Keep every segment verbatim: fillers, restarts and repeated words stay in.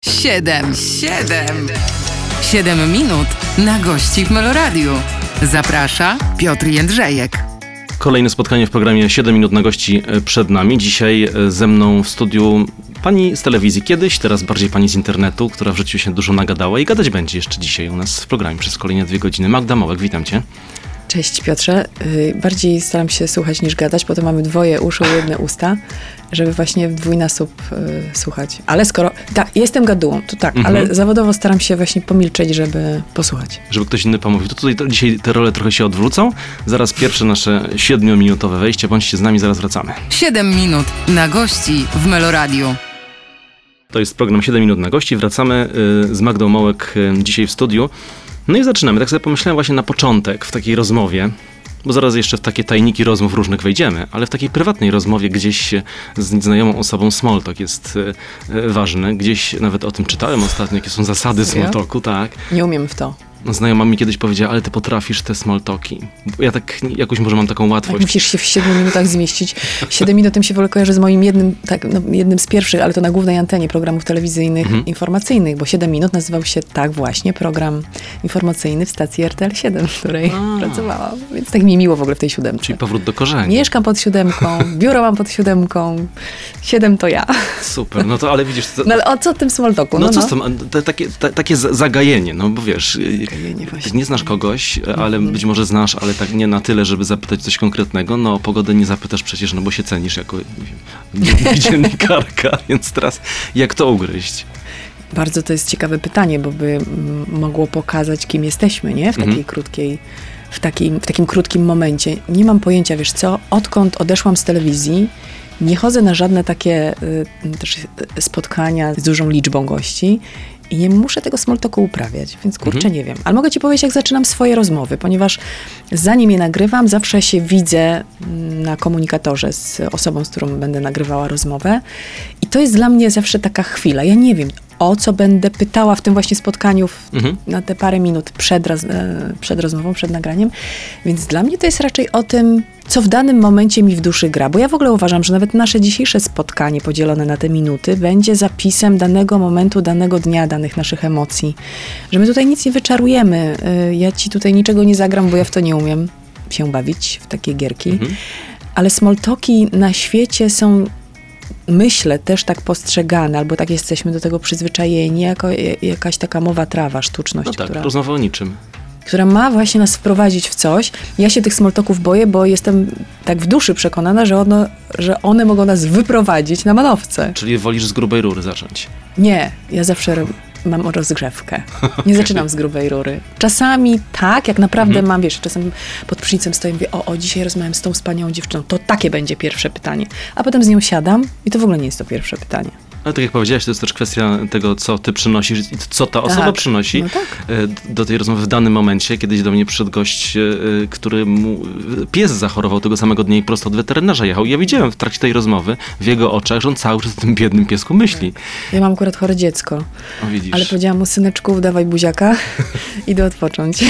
Siedem, siedem. Siedem minut na gości w Meloradiu. Zaprasza Piotr Jędrzejek. Kolejne spotkanie w programie siedem minut na gości przed nami. Dzisiaj ze mną w studiu pani z telewizji kiedyś, teraz bardziej pani z internetu, która w życiu się dużo nagadała i gadać będzie jeszcze dzisiaj u nas w programie przez kolejne dwie godziny. Magda Mołek, witam cię. Cześć Piotrze. Bardziej staram się słuchać niż gadać, potem mamy dwoje uszu, jedne usta, żeby właśnie w dwójnasób y, słuchać. Ale skoro... Tak, jestem gadułą, to tak, mhm. ale zawodowo staram się właśnie pomilczeć, żeby posłuchać. Żeby ktoś inny pomówił. To tutaj to, dzisiaj te role trochę się odwrócą. Zaraz pierwsze nasze siedmiominutowe wejście. Bądźcie z nami, zaraz wracamy. Siedem minut na gości w Meloradiu. To jest program siedem minut na gości. Wracamy y, z Magdą Mołek y, dzisiaj w studiu. No i zaczynamy. Tak sobie pomyślałem właśnie na początek w takiej rozmowie, bo zaraz jeszcze w takie tajniki rozmów różnych wejdziemy, ale w takiej prywatnej rozmowie gdzieś z nieznajomą osobą small talk jest e, e, ważny. Gdzieś nawet o tym czytałem ostatnio, jakie są zasady small talku, tak. Nie umiem w to. No, znajoma mi kiedyś powiedziała, ale ty potrafisz te small talki. Ja tak jakoś może mam taką łatwość. Tak, musisz się w siedmiu minutach zmieścić. Siedem minut tym się w ogóle kojarzy z moim jednym, tak, no, jednym z pierwszych, ale to na głównej antenie programów telewizyjnych, mhm. informacyjnych, bo siedem minut nazywał się tak właśnie program informacyjny w stacji R T L siedem, w której A. pracowałam. Więc tak mi miło w ogóle w tej siódemce. Czyli powrót do korzeni. Mieszkam pod siódemką, biuro mam pod siódemką, siedem to ja. Super, no to ale widzisz... To... No ale o co w tym small talku? No, no co no. z tym, te, takie, te, takie zagajenie, no bo wiesz... Właśnie. Nie znasz kogoś, ale mm-hmm. być może znasz, ale tak nie na tyle, żeby zapytać coś konkretnego. No o pogodę nie zapytasz przecież, no bo się cenisz jako dziennikarka, więc teraz jak to ugryźć? Bardzo to jest ciekawe pytanie, bo by mogło pokazać, kim jesteśmy, nie? W takiej mm-hmm. krótkiej, w takim, w takim krótkim momencie. Nie mam pojęcia, wiesz co, odkąd odeszłam z telewizji, nie chodzę na żadne takie y, też spotkania z dużą liczbą gości. I nie muszę tego small talku uprawiać, więc kurczę, mhm. nie wiem. Ale mogę ci powiedzieć, jak zaczynam swoje rozmowy, ponieważ zanim je nagrywam, zawsze się widzę na komunikatorze z osobą, z którą będę nagrywała rozmowę. I to jest dla mnie zawsze taka chwila. Ja nie wiem, o co będę pytała w tym właśnie spotkaniu w, mhm. na te parę minut przed, raz, przed rozmową, przed nagraniem. Więc dla mnie to jest raczej o tym, co w danym momencie mi w duszy gra. Bo ja w ogóle uważam, że nawet nasze dzisiejsze spotkanie podzielone na te minuty będzie zapisem danego momentu, danego dnia, danych naszych emocji. Że my tutaj nic nie wyczarujemy. Ja ci tutaj niczego nie zagram, bo ja w to nie umiem się bawić, w takie gierki. Mhm. Ale small talki na świecie są... myślę, też tak postrzegane, albo tak jesteśmy do tego przyzwyczajeni, jako jakaś taka mowa trawa, sztuczność, no tak, która, rozmowa o niczym. która ma właśnie nas wprowadzić w coś. Ja się tych small talków boję, bo jestem tak w duszy przekonana, że, ono, że one mogą nas wyprowadzić na manowce. Czyli wolisz z grubej rury zacząć? Nie, ja zawsze rob, mam rozgrzewkę. Nie zaczynam z grubej rury. Czasami tak, jak naprawdę mhm. mam, wiesz, czasem pod prysznicem stoję i mówię, o, o, dzisiaj rozmawiam z tą wspaniałą dziewczyną, to takie będzie pierwsze pytanie. A potem z nią siadam i to w ogóle nie jest to pierwsze pytanie. Ale tak jak powiedziałaś, to jest też kwestia tego, co ty przynosisz i co ta osoba tak. przynosi no tak. do tej rozmowy w danym momencie. Kiedyś do mnie przyszedł gość, który mu pies zachorował tego samego dnia i prosto od weterynarza jechał. I ja widziałem w trakcie tej rozmowy w jego oczach, że on cały czas o tym biednym piesku myśli. Ja mam akurat chore dziecko, o, widzisz. Ale powiedziałam mu, syneczku, dawaj buziaka, idę odpocząć.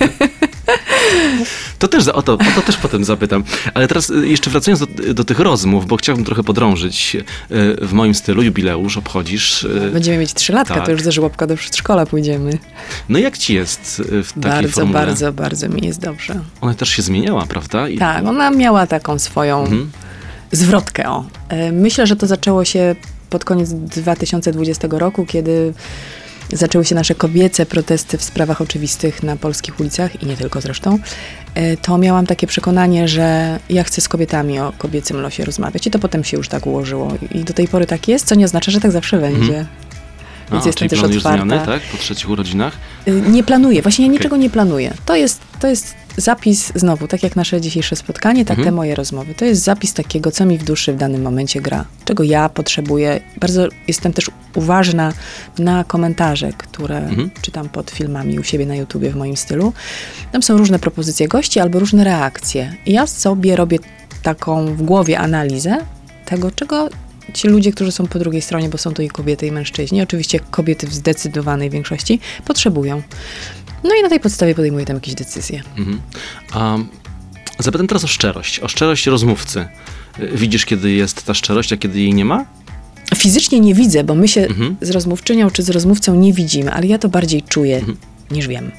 To też, o to, o to też potem zapytam. Ale teraz jeszcze wracając do, do tych rozmów, bo chciałbym trochę podrążyć w moim stylu. Jubileusz obchodzisz. Będziemy mieć trzylatka, tak. To już ze żłobka do przedszkola pójdziemy. No jak ci jest w takiej bardzo, formule? Bardzo, bardzo, bardzo mi jest dobrze. Ona też się zmieniała, prawda? I... Tak, ona miała taką swoją mhm. zwrotkę. O. Myślę, że to zaczęło się pod koniec dwa tysiące dwudziestego roku, kiedy zaczęły się nasze kobiece protesty w sprawach oczywistych na polskich ulicach i nie tylko zresztą, to miałam takie przekonanie, że ja chcę z kobietami o kobiecym losie rozmawiać i to potem się już tak ułożyło. I do tej pory tak jest, co nie oznacza, że tak zawsze będzie. Mhm. Więc A, jestem czyli też otwarta. Zmiany, tak? Po trzecich urodzinach? Nie planuję. Właśnie ja niczego okay. nie planuję. To jest, to jest zapis, znowu, tak jak nasze dzisiejsze spotkanie, tak mhm. te moje rozmowy. To jest zapis takiego, co mi w duszy w danym momencie gra. Czego ja potrzebuję. Bardzo jestem też uważna na komentarze, które mhm. czytam pod filmami u siebie na YouTubie w moim stylu. Tam są różne propozycje gości albo różne reakcje. I ja sobie robię taką w głowie analizę tego, czego ci ludzie, którzy są po drugiej stronie, bo są to i kobiety, i mężczyźni, oczywiście kobiety w zdecydowanej większości, potrzebują. No i na tej podstawie podejmuję tam jakieś decyzje. Mhm. A zapytam teraz o szczerość. O szczerość rozmówcy. Widzisz, kiedy jest ta szczerość, a kiedy jej nie ma? fizycznie nie widzę, bo my się Mhm. z rozmówczynią czy z rozmówcą nie widzimy, ale ja to bardziej czuję Mhm. niż wiem.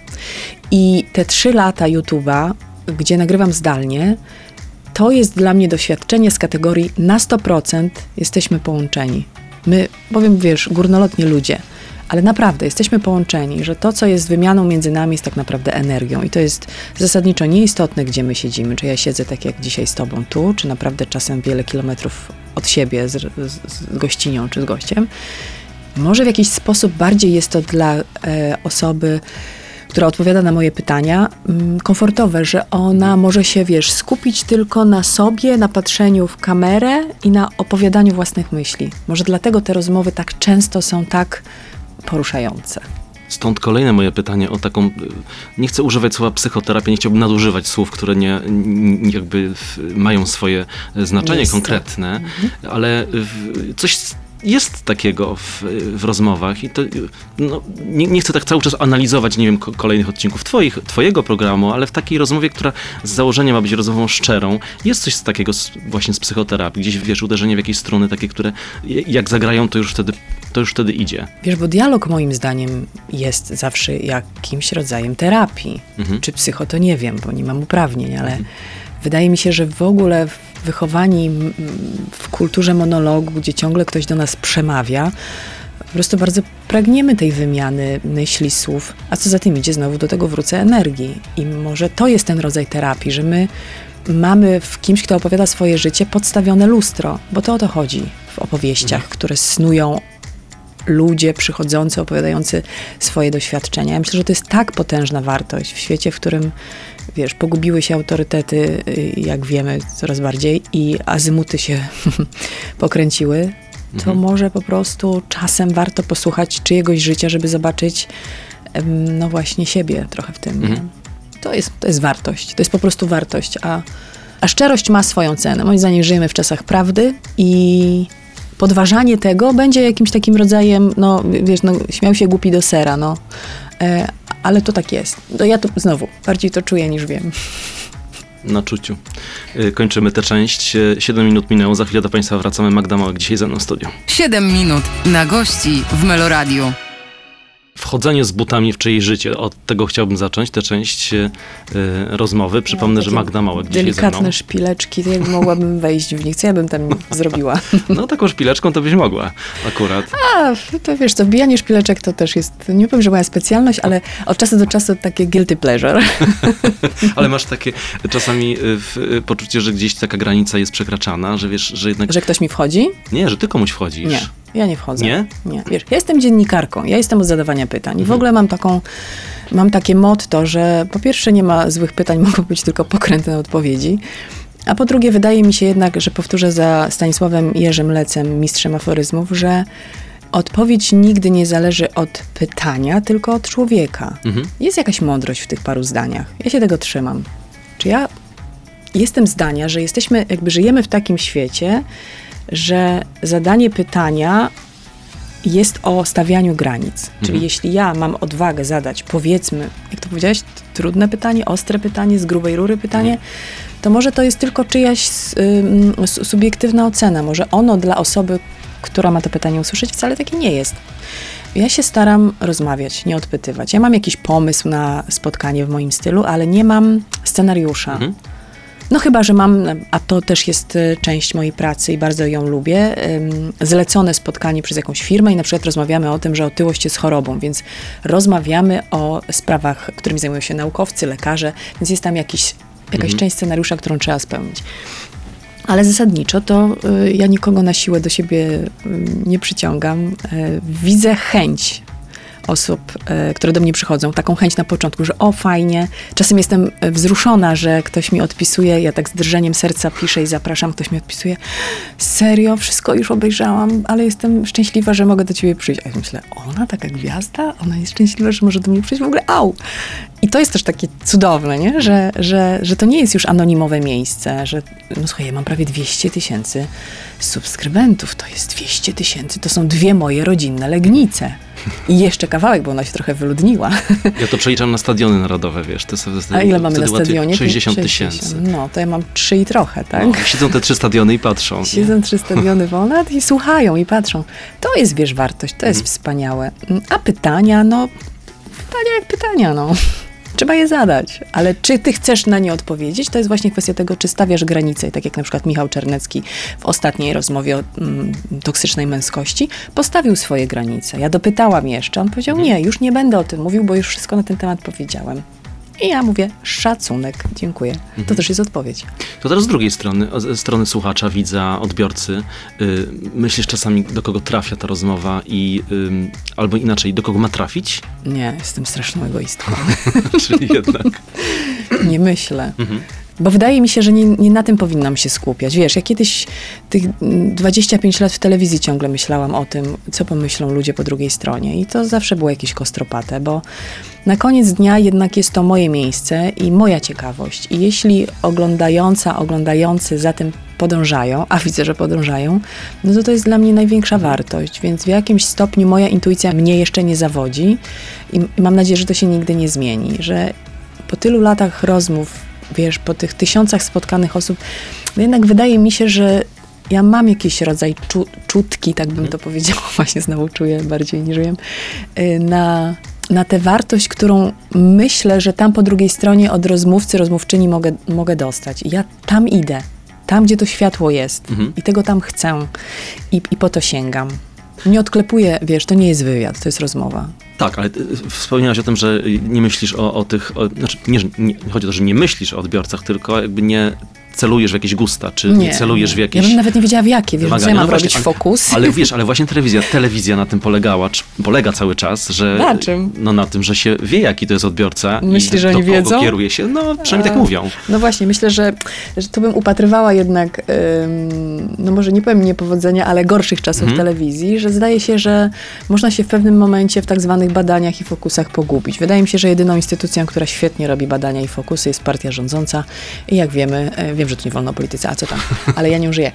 I te trzy lata YouTube'a, gdzie nagrywam zdalnie, to jest dla mnie doświadczenie z kategorii na sto procent jesteśmy połączeni. My, powiem, wiesz, górnolotnie ludzie, ale naprawdę jesteśmy połączeni, że to, co jest wymianą między nami, jest tak naprawdę energią. I to jest zasadniczo nieistotne, gdzie my siedzimy. Czy ja siedzę tak jak dzisiaj z tobą tu, czy naprawdę czasem wiele kilometrów od siebie z, z, z gościnią czy z gościem. Może w jakiś sposób bardziej jest to dla e, osoby, która odpowiada na moje pytania, mm, komfortowe, że ona może się, wiesz, skupić tylko na sobie, na patrzeniu w kamerę i na opowiadaniu własnych myśli. Może dlatego te rozmowy tak często są tak poruszające. Stąd kolejne moje pytanie o taką, nie chcę używać słowa psychoterapia, nie chciałbym nadużywać słów, które nie, nie jakby w, mają swoje znaczenie Jest to. konkretne, Mhm. ale w, coś jest takiego w, w rozmowach i to, no, nie, nie chcę tak cały czas analizować, nie wiem, ko- kolejnych odcinków twoich, twojego programu, ale w takiej rozmowie, która z założenia ma być rozmową szczerą, jest coś z takiego z, właśnie z psychoterapii, gdzieś, wiesz, uderzenie w jakieś struny takie, które jak zagrają, to już wtedy, to już wtedy idzie. Wiesz, bo dialog moim zdaniem jest zawsze jakimś rodzajem terapii. Mhm. Czy psycho, to nie wiem, bo nie mam uprawnień, ale Mhm. wydaje mi się, że w ogóle wychowani m, w kulturze monologu, gdzie ciągle ktoś do nas przemawia, po prostu bardzo pragniemy tej wymiany myśli, słów, a co za tym idzie, znowu do tego wrócę energii. I może to jest ten rodzaj terapii, że my mamy w kimś, kto opowiada swoje życie, podstawione lustro, bo to o to chodzi w opowieściach, Mhm. które które snują ludzie przychodzący, opowiadający swoje doświadczenia. Ja myślę, że to jest tak potężna wartość w świecie, w którym, wiesz, pogubiły się autorytety, jak wiemy, coraz bardziej i azymuty się pokręciły, to Mhm. może po prostu czasem warto posłuchać czyjegoś życia, żeby zobaczyć, em, no właśnie siebie trochę w tym. Mhm. Nie? To jest, to jest wartość. To jest po prostu wartość, a, a szczerość ma swoją cenę. Moim zdaniem żyjemy w czasach prawdy i podważanie tego będzie jakimś takim rodzajem, no wiesz, no, śmiał się głupi do sera, no. E, ale to tak jest. No, ja to znowu bardziej to czuję niż wiem. Na czuciu. Y, Kończymy tę część. Y, Siedem minut minęło. Za chwilę do Państwa wracamy. Magda Małek dzisiaj ze mną w studiu. siedem minut na gości w Meloradiu. Wchodzenie z butami w czyjeś życie. Od tego chciałbym zacząć tę część y, rozmowy. Przypomnę, No, że takie Magda Małek dzisiaj ze mną. Delikatne szpileczki, to jak mogłabym wejść w nich. Co ja bym tam zrobiła? No taką szpileczką to byś mogła akurat. A, to wiesz co, wbijanie szpileczek to też jest, nie powiem, że moja specjalność, ale od czasu do czasu takie guilty pleasure. Ale masz takie czasami y, w, y, poczucie, że gdzieś taka granica jest przekraczana, że wiesz, że jednak... Że ktoś mi wchodzi? Nie, że ty komuś wchodzisz. Nie, ja nie wchodzę. Nie? Nie. Wiesz, ja jestem dziennikarką, ja jestem od zadawania pytań. I w Mhm. ogóle mam taką, mam takie motto, że po pierwsze nie ma złych pytań, mogą być tylko pokrętne odpowiedzi. A po drugie, wydaje mi się jednak, że powtórzę za Stanisławem Jerzym Lecem, mistrzem aforyzmów, że odpowiedź nigdy nie zależy od pytania, tylko od człowieka. Mhm. Jest jakaś mądrość w tych paru zdaniach. Ja się tego trzymam. Czy ja jestem zdania, że jesteśmy, jakby żyjemy w takim świecie, że zadanie pytania jest o stawianiu granic. Czyli Mhm. jeśli ja mam odwagę zadać, powiedzmy, jak to powiedziałeś, trudne pytanie, ostre pytanie, z grubej rury pytanie, Mhm. to może to jest tylko czyjaś ym, su- subiektywna ocena. Może ono dla osoby, która ma to pytanie usłyszeć, wcale takie nie jest. Ja się staram rozmawiać, nie odpytywać. Ja mam jakiś pomysł na spotkanie w moim stylu, ale nie mam scenariusza. Mhm. No chyba, że mam, a to też jest y, część mojej pracy i bardzo ją lubię, ym, zlecone spotkanie przez jakąś firmę i na przykład rozmawiamy o tym, że otyłość jest chorobą, więc rozmawiamy o sprawach, którymi zajmują się naukowcy, lekarze, więc jest tam jakiś, jakaś Mhm. część scenariusza, którą trzeba spełnić. Ale zasadniczo to y, ja nikogo na siłę do siebie y, nie przyciągam. Y, widzę chęć osób, y, które do mnie przychodzą, taką chęć na początku, że o fajnie. Czasem jestem y, wzruszona, że ktoś mi odpisuje, ja tak z drżeniem serca piszę i zapraszam, ktoś mi odpisuje, serio, wszystko już obejrzałam, ale jestem szczęśliwa, że mogę do ciebie przyjść. A ja myślę, ona taka gwiazda? Ona jest szczęśliwa, że może do mnie przyjść? W ogóle au! I to jest też takie cudowne, nie? Że, że, że to nie jest już anonimowe miejsce, że no słuchaj, ja mam prawie dwieście tysięcy subskrybentów, to jest dwieście tysięcy, to są dwie moje rodzinne Legnice. I jeszcze kawałek, bo ona się trochę wyludniła. Ja to przeliczam na stadiony narodowe, wiesz. Te, te, te, A ile mamy na stadionie? sześćdziesiąt tysięcy. No, to ja mam trzy i trochę, tak? No, siedzą te trzy stadiony i patrzą. Siedzą nie? trzy stadiony wolne i słuchają i patrzą. To jest, wiesz, wartość, to jest hmm. wspaniałe. A pytania, no, pytania jak pytania, no. Trzeba je zadać, ale czy ty chcesz na nie odpowiedzieć, to jest właśnie kwestia tego, czy stawiasz granice. I tak jak na przykład Michał Czernecki w ostatniej rozmowie o mm, toksycznej męskości postawił swoje granice. Ja dopytałam jeszcze, on powiedział, nie, już nie będę o tym mówił, bo już wszystko na ten temat powiedziałem. I ja mówię, szacunek, dziękuję. Mhm. To też jest odpowiedź. To teraz z drugiej strony, ze strony słuchacza, widza, odbiorcy, yy, myślisz czasami, do kogo trafia ta rozmowa i yy, albo inaczej, do kogo ma trafić? Nie, jestem straszną egoistką. Czyli jednak. Nie myślę. Mhm. Bo wydaje mi się, że nie, nie na tym powinnam się skupiać. Wiesz, ja kiedyś tych dwadzieścia pięć lat w telewizji ciągle myślałam o tym, co pomyślą ludzie po drugiej stronie. I to zawsze było jakieś kostropate, bo na koniec dnia jednak jest to moje miejsce i moja ciekawość. I jeśli oglądająca, oglądający za tym podążają, a widzę, że podążają, no to to jest dla mnie największa wartość. Więc w jakimś stopniu moja intuicja mnie jeszcze nie zawodzi i mam nadzieję, że to się nigdy nie zmieni. Że po tylu latach rozmów, wiesz, po tych tysiącach spotkanych osób, no jednak wydaje mi się, że ja mam jakiś rodzaj czu, czutki, tak bym to powiedziała, właśnie znowu czuję bardziej niż wiem, na, na tę wartość, którą myślę, że tam po drugiej stronie od rozmówcy, rozmówczyni mogę, mogę dostać. I ja tam idę, tam gdzie to światło jest mhm. i tego tam chcę i, i po to sięgam. Nie odklepuję, wiesz, to nie jest wywiad, to jest rozmowa. Tak, ale wspomniałaś o tym, że nie myślisz o, o tych, o, znaczy nie, nie, chodzi o to, że nie myślisz o odbiorcach, tylko jakby nie celujesz w jakieś gusta, czy nie, nie celujesz w jakieś... Ja bym nawet nie wiedziała w jakie, wiesz, co ja mam no robić ale, fokus. Ale wiesz, ale właśnie telewizja, telewizja na tym polegała, czy polega cały czas, że... Na czym? No na tym, że się wie, jaki to jest odbiorca. Myślisz, i że oni do kogo wiedzą? Kieruje się, no przynajmniej A, tak mówią. No właśnie, myślę, że, że tu bym upatrywała jednak, ym, no może nie powiem niepowodzenia, ale gorszych czasów mhm. telewizji, że zdaje się, że można się w pewnym momencie w tak zwanych badaniach i fokusach pogubić. Wydaje mi się, że jedyną instytucją, która świetnie robi badania i fokusy, jest partia rządząca i jak wiemy, wiem, że tu nie wolno o polityce, a co tam, ale ja nią żyję.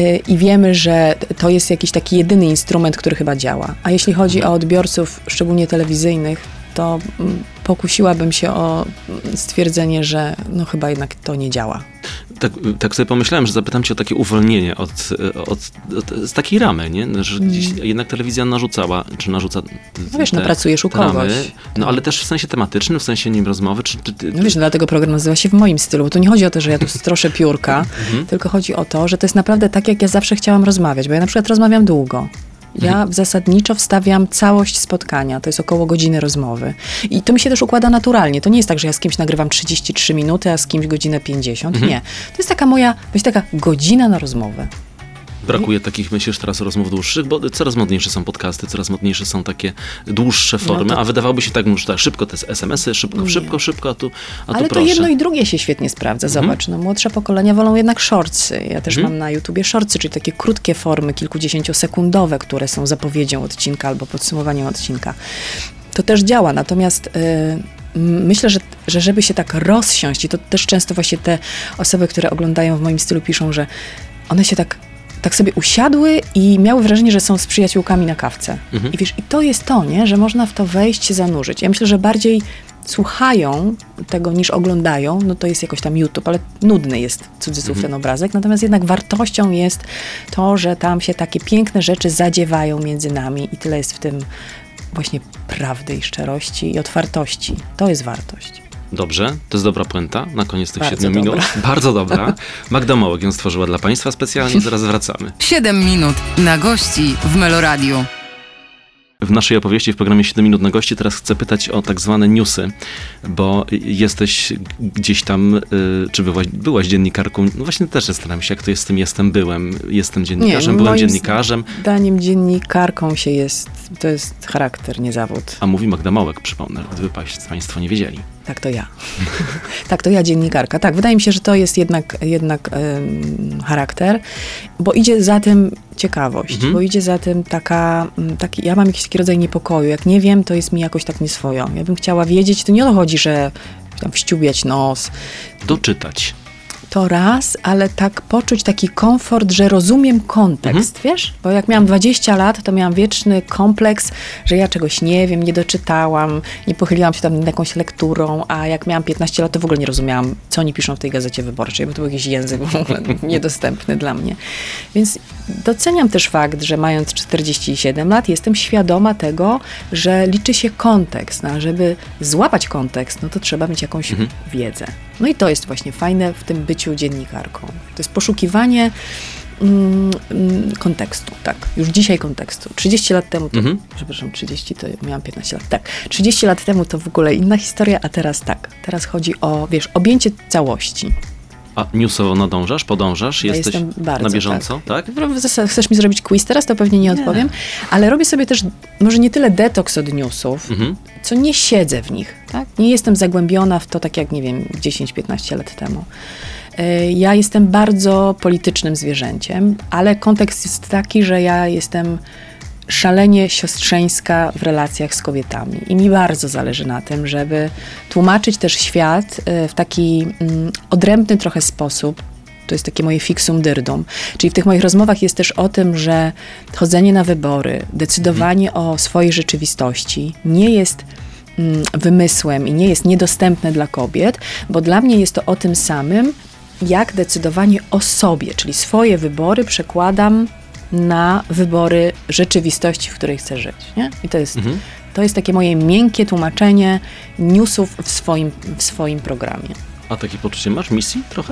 I wiemy, że to jest jakiś taki jedyny instrument, który chyba działa. A jeśli chodzi o odbiorców, szczególnie telewizyjnych, to pokusiłabym się o stwierdzenie, że no chyba jednak to nie działa. Tak, tak sobie pomyślałem, że zapytam cię o takie uwolnienie od, od, od, z takiej ramy, nie? Że mm. jednak telewizja narzucała, czy narzuca No wiesz, te, no pracujesz u kogoś. Ramy, no ale też w sensie tematycznym, w sensie nim rozmowy. Czy, ty, ty, no wiesz, no, dlatego program nazywa się w moim stylu, bo tu nie chodzi o to, że ja tu stroszę piórka, tylko chodzi o to, że to jest naprawdę tak, jak ja zawsze chciałam rozmawiać, bo ja na przykład rozmawiam długo. Ja w zasadniczo wstawiam całość spotkania, to jest około godziny rozmowy. I to mi się też układa naturalnie. To nie jest tak, że ja z kimś nagrywam trzydzieści trzy minuty, a z kimś godzinę pięćdziesiąt. Mhm. Nie. To jest taka moja, właśnie taka godzina na rozmowę. Brakuje takich, myślisz, teraz rozmów dłuższych, bo coraz modniejsze są podcasty, coraz modniejsze są takie dłuższe formy, no to... a wydawałoby się tak, że tak, szybko te es em esy, szybko, nie. szybko, szybko, a tu, a tu Ale proszę. to jedno i drugie się świetnie sprawdza, mhm. zobacz, no młodsze pokolenia wolą jednak shortsy. Ja też mhm. mam na YouTubie shortsy, czyli takie krótkie formy, kilkudziesięciosekundowe, które są zapowiedzią odcinka albo podsumowaniem odcinka. To też działa, natomiast... Yy, Myślę, że, że żeby się tak rozsiąść, i to też często właśnie te osoby, które oglądają w moim stylu, piszą, że one się tak, tak sobie usiadły i miały wrażenie, że są z przyjaciółkami na kawce. Mhm. I wiesz, i to jest to, nie? Że można w to wejść, się zanurzyć. Ja myślę, że bardziej słuchają tego niż oglądają, no to jest jakoś tam YouTube, ale nudny jest cudzysłów mhm. ten obrazek, natomiast jednak wartością jest to, że tam się takie piękne rzeczy zadziewają między nami i tyle jest w tym właśnie prawdy i szczerości i otwartości. To jest wartość. Dobrze, to jest dobra puenta na koniec tych Bardzo siedmiu dobra. minut. Bardzo dobra. Magda Mołek ją stworzyła dla Państwa specjalnie, zaraz wracamy. siedem minut na gości w Meloradiu. W naszej opowieści w programie siedem minut na gości teraz chcę pytać o tak zwane newsy, bo jesteś gdzieś tam, y, czy byłaś, byłaś dziennikarką, no właśnie też zastanawiam się, jak to jest z tym jestem, byłem, jestem dziennikarzem, nie, byłem moim dziennikarzem. Zdaniem dziennikarką się jest, to jest charakter, nie zawód. A mówi Magda Mołek, przypomnę, gdyby Państwo nie wiedzieli. Tak, to ja. tak, to ja dziennikarka. Tak, wydaje mi się, że to jest jednak, jednak ym, charakter, bo idzie za tym ciekawość, mhm. bo idzie za tym taka, taki, ja mam jakiś taki rodzaj niepokoju. Jak nie wiem, to jest mi jakoś tak nieswojo. Ja bym chciała wiedzieć, to nie o to chodzi, że tam wściubiać nos. Doczytać. to raz, ale tak poczuć taki komfort, że rozumiem kontekst, mhm. wiesz? Bo jak miałam dwadzieścia lat, to miałam wieczny kompleks, że ja czegoś nie wiem, nie doczytałam, nie pochyliłam się tam nad jakąś lekturą, a jak miałam piętnaście lat, to w ogóle nie rozumiałam, co oni piszą w tej Gazecie Wyborczej, bo to był jakiś język w ogóle niedostępny dla mnie. Więc doceniam też fakt, że mając czterdzieści siedem lat, jestem świadoma tego, że liczy się kontekst, no, a żeby złapać kontekst, no to trzeba mieć jakąś mhm. wiedzę. No i to jest właśnie fajne w tym byciu dziennikarką. To jest poszukiwanie mm, kontekstu, tak. Już dzisiaj kontekstu. trzydzieści lat temu, to, mhm. przepraszam, trzydzieści, to miałam piętnaście lat, tak. trzydzieści lat temu to w ogóle inna historia, a teraz tak. Teraz chodzi o, wiesz, objęcie całości. A newsowo nadążasz, podążasz? Ja Jesteś bardzo, na bieżąco, tak? tak? Chcesz mi zrobić quiz teraz? To pewnie nie, nie odpowiem. Ale robię sobie też, może nie tyle detoks od newsów, mhm. co nie siedzę w nich. Tak? Nie jestem zagłębiona w to tak jak, nie wiem, dziesięć piętnaście lat temu. Ja jestem bardzo politycznym zwierzęciem, ale kontekst jest taki, że ja jestem szalenie siostrzeńska w relacjach z kobietami. I mi bardzo zależy na tym, żeby tłumaczyć też świat w taki mm, odrębny trochę sposób. To jest takie moje fixum dyrdum. Czyli w tych moich rozmowach jest też o tym, że chodzenie na wybory, decydowanie mm. o swojej rzeczywistości nie jest mm, wymysłem i nie jest niedostępne dla kobiet, bo dla mnie jest to o tym samym, jak decydowanie o sobie, czyli swoje wybory przekładam na wybory rzeczywistości, w której chcę żyć. Nie? I to jest, mhm. to jest takie moje miękkie tłumaczenie newsów w swoim, w swoim programie. A takie poczucie masz misji trochę?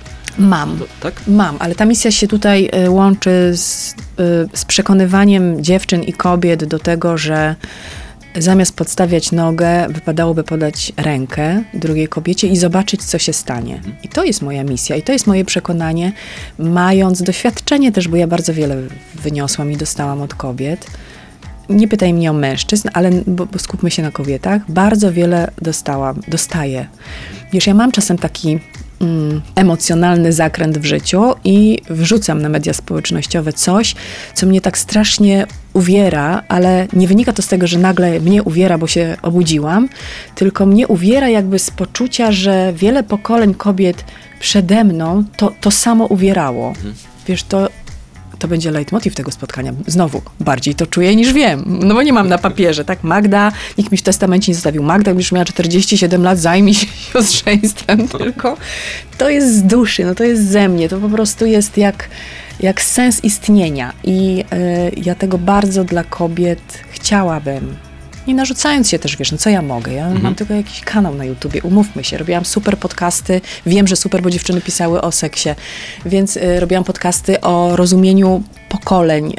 Mam, to, tak? mam, ale ta misja się tutaj y, łączy z, y, z przekonywaniem dziewczyn i kobiet do tego, że zamiast podstawiać nogę, wypadałoby podać rękę drugiej kobiecie i zobaczyć, co się stanie. Mhm. I to jest moja misja i to jest moje przekonanie, mając doświadczenie też, bo ja bardzo wiele wyniosłam i dostałam od kobiet. Nie pytaj mnie o mężczyzn, ale bo, bo skupmy się na kobietach. Bardzo wiele dostałam, dostaję. Wiesz, ja mam czasem taki mm, emocjonalny zakręt w życiu i wrzucam na media społecznościowe coś, co mnie tak strasznie uwiera, ale nie wynika to z tego, że nagle mnie uwiera, bo się obudziłam, tylko mnie uwiera jakby z poczucia, że wiele pokoleń kobiet przede mną to, to samo uwierało. Mhm. Wiesz, to To będzie leitmotiv tego spotkania. Znowu, bardziej to czuję niż wiem. No bo nie mam na papierze, tak? Magda, nikt mi w testamencie nie zostawił. Magda, już miała czterdzieści siedem lat, zajmij się siostrzeństwem tylko. To jest z duszy, no to jest ze mnie. To po prostu jest jak, jak sens istnienia. I y, ja tego bardzo dla kobiet chciałabym. Nie narzucając się też, wiesz, no co ja mogę? Ja mhm. mam tylko jakiś kanał na YouTubie, umówmy się. Robiłam super podcasty, wiem, że super, bo dziewczyny pisały o seksie, więc y, robiłam podcasty o rozumieniu pokoleń,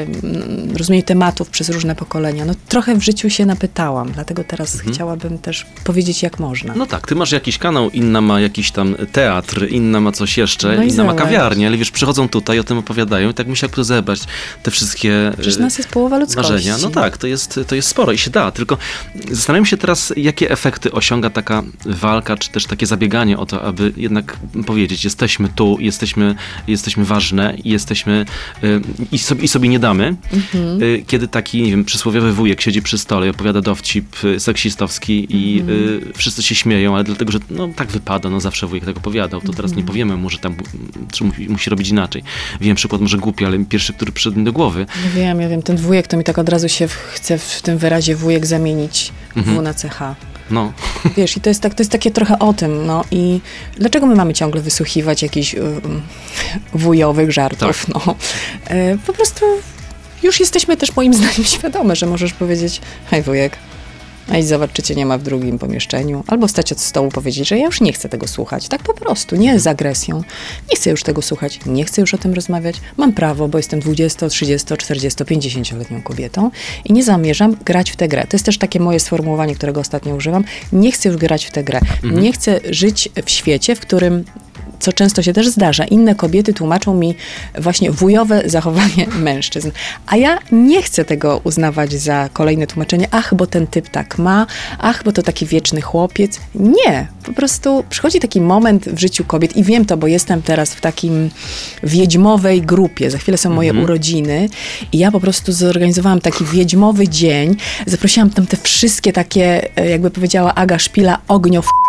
y, rozumieniu tematów przez różne pokolenia. No trochę w życiu się napytałam, dlatego teraz mhm. chciałabym też powiedzieć, jak można. No tak, ty masz jakiś kanał, inna ma jakiś tam teatr, inna ma coś jeszcze, no inna ma kawiarnię, ale wiesz, przychodzą tutaj, o tym opowiadają i tak myślę, jak tu zebrać te wszystkie Przecież nas jest połowa ludzkości. marzenia. No tak, to jest, to jest sporo i się da, tylko zastanawiam się teraz, jakie efekty osiąga taka walka, czy też takie zabieganie o to, aby jednak powiedzieć, jesteśmy tu, jesteśmy, jesteśmy ważne i jesteśmy y, i, sobie, i sobie nie damy. Mhm. Y, kiedy taki, nie wiem, przysłowiowy wujek siedzi przy stole i opowiada dowcip y, seksistowski i mhm. y, wszyscy się śmieją, ale dlatego, że no tak wypada, no zawsze wujek tak opowiadał, to mhm. teraz nie powiemy mu, że tam że musi, musi robić inaczej. Wiem, przykład może głupi, ale pierwszy, który przyszedł mi do głowy. Ja wiem, ja wiem, ten wujek to mi tak od razu się w, chce w tym wyrazie wujek zamienić mhm. W na C H. No. Wiesz, i to jest, tak, to jest takie trochę o tym, no i dlaczego my mamy ciągle wysłuchiwać jakichś um, wujowych żartów, tak. no. E, po prostu już jesteśmy też moim zdaniem świadome, że możesz powiedzieć, hej wujek, a idź zobacz, czy cię nie ma w drugim pomieszczeniu, albo wstać od stołu, powiedzieć, że ja już nie chcę tego słuchać, tak po prostu, nie z agresją, nie chcę już tego słuchać, nie chcę już o tym rozmawiać, mam prawo, bo jestem dwudziesto, trzydziesto, czterdziesto, pięćdziesięcioletnią kobietą i nie zamierzam grać w tę grę. To jest też takie moje sformułowanie, którego ostatnio używam, nie chcę już grać w tę grę, mhm. nie chcę żyć w świecie, w którym, co często się też zdarza, inne kobiety tłumaczą mi właśnie wujowe zachowanie mężczyzn. A ja nie chcę tego uznawać za kolejne tłumaczenie, ach, bo ten typ tak ma, ach, bo to taki wieczny chłopiec. Nie, po prostu przychodzi taki moment w życiu kobiet i wiem to, bo jestem teraz w takim wiedźmowej grupie. Za chwilę są moje mhm. urodziny i ja po prostu zorganizowałam taki wiedźmowy dzień. Zaprosiłam tam te wszystkie takie, jakby powiedziała Aga Szpila, ognio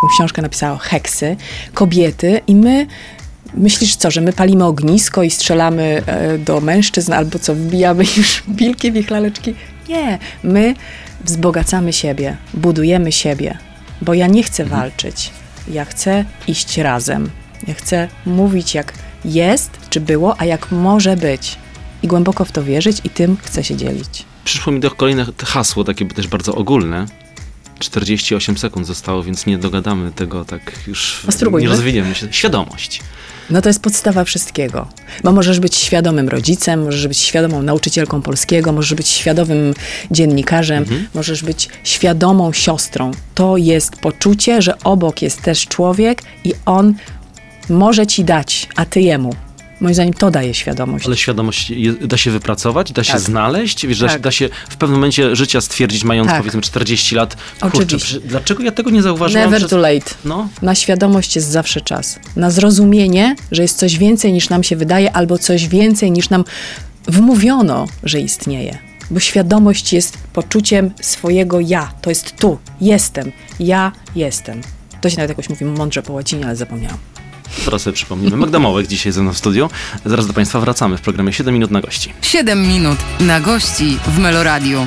książkę napisała o heksy, kobiety i my, myślisz co, że my palimy ognisko i strzelamy e, do mężczyzn albo co, wbijamy już bilki w ich laleczki? Nie, my wzbogacamy siebie, budujemy siebie, bo ja nie chcę Mhm. walczyć, ja chcę iść razem, ja chcę mówić jak jest, czy było, a jak może być i głęboko w to wierzyć i tym chcę się dzielić. Przyszło mi do kolejne hasło, takie też bardzo ogólne. czterdzieści osiem sekund zostało, więc nie dogadamy tego tak już, A spróbujmy. nie rozwiniemy się. Świadomość. No to jest podstawa wszystkiego, bo możesz być świadomym rodzicem, możesz być świadomą nauczycielką polskiego, możesz być świadomym dziennikarzem, Mhm. możesz być świadomą siostrą. To jest poczucie, że obok jest też człowiek i on może ci dać, a ty jemu. Moim zdaniem to daje świadomość. Ale świadomość je, da się wypracować, da się Tak. znaleźć, wiesz, da, się, Tak. da się w pewnym momencie życia stwierdzić, mając Tak. powiedzmy czterdzieści lat, Oczywiście. kurczę, przy- dlaczego ja tego nie zauważyłam? Never przez- too late. No, Na świadomość jest zawsze czas. Na zrozumienie, że jest coś więcej niż nam się wydaje, albo coś więcej niż nam wmówiono, że istnieje. Bo świadomość jest poczuciem swojego ja. To jest tu. Jestem. Ja jestem. To się nawet jakoś mówi mądrze po łacinie, ale zapomniałam. teraz sobie przypomnimy. Magda Mołek dzisiaj ze mną w studiu. Zaraz do Państwa wracamy w programie siedem minut na gości. siedem minut na gości w Meloradiu.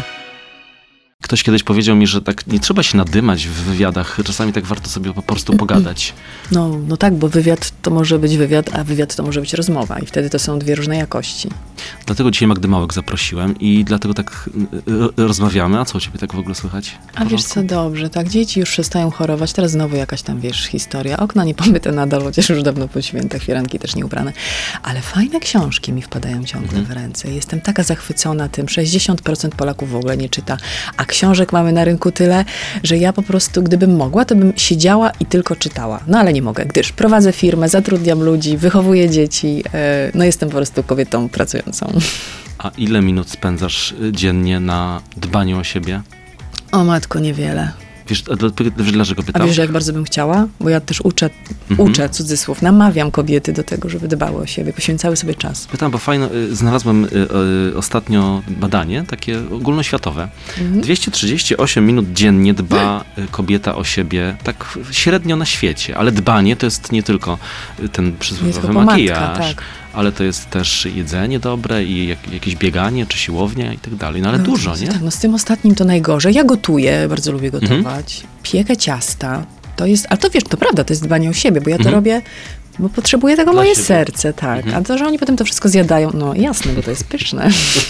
Ktoś kiedyś powiedział mi, że tak nie trzeba się nadymać w wywiadach. Czasami tak warto sobie po prostu pogadać. No, no tak, bo wywiad to może być wywiad, a wywiad to może być rozmowa. I wtedy to są dwie różne jakości. Dlatego dzisiaj Magdę Mołek zaprosiłem i dlatego tak y, rozmawiamy. A co u Ciebie tak w ogóle słychać? A wiesz co, dobrze, tak, dzieci już przestają chorować, teraz znowu jakaś tam, wiesz, historia. Okna nie pomyte nadal, chociaż już dawno po świętach, firanki też nie ubrane. Ale fajne książki mi wpadają ciągle Mhm. w ręce. Jestem taka zachwycona tym. sześćdziesiąt procent Polaków w ogóle nie czyta, a książek mamy na rynku tyle, że ja po prostu, gdybym mogła, to bym siedziała i tylko czytała. No ale nie mogę, gdyż prowadzę firmę, zatrudniam ludzi, wychowuję dzieci, e, no jestem po prostu kobietą pracującą. A ile minut spędzasz y, dziennie na dbaniu o siebie? O matko, niewiele. Wiesz, a dla- wiesz dlaczego A pytam? wiesz, że jak bardzo bym chciała? Bo ja też uczę, Mhm. uczę, cudzysłów, namawiam kobiety do tego, żeby dbały o siebie, poświęcały sobie czas. Pytam, bo fajno, y, znalazłem y, y, ostatnio badanie, takie ogólnoświatowe. Mhm. dwieście trzydzieści osiem minut dziennie dba y, kobieta o siebie, tak średnio na świecie. Ale dbanie to jest nie tylko y, ten Nie przysłowiowy tylko pomadka, makijaż, tak. ale to jest też jedzenie dobre i jak, jakieś bieganie, czy siłownia i tak dalej. No ale No, dużo, to- nie? Tak, no z tym ostatnim to najgorzej. Ja gotuję, bardzo lubię Mhm. gotować. Piekę ciasta. To jest, ale to wiesz, to prawda, to jest dbanie o siebie, bo ja to Mhm. robię, bo potrzebuje tego Dla moje siebie. serce, tak. Mhm. A to, że oni potem to wszystko zjadają, no jasne, bo to jest pyszne.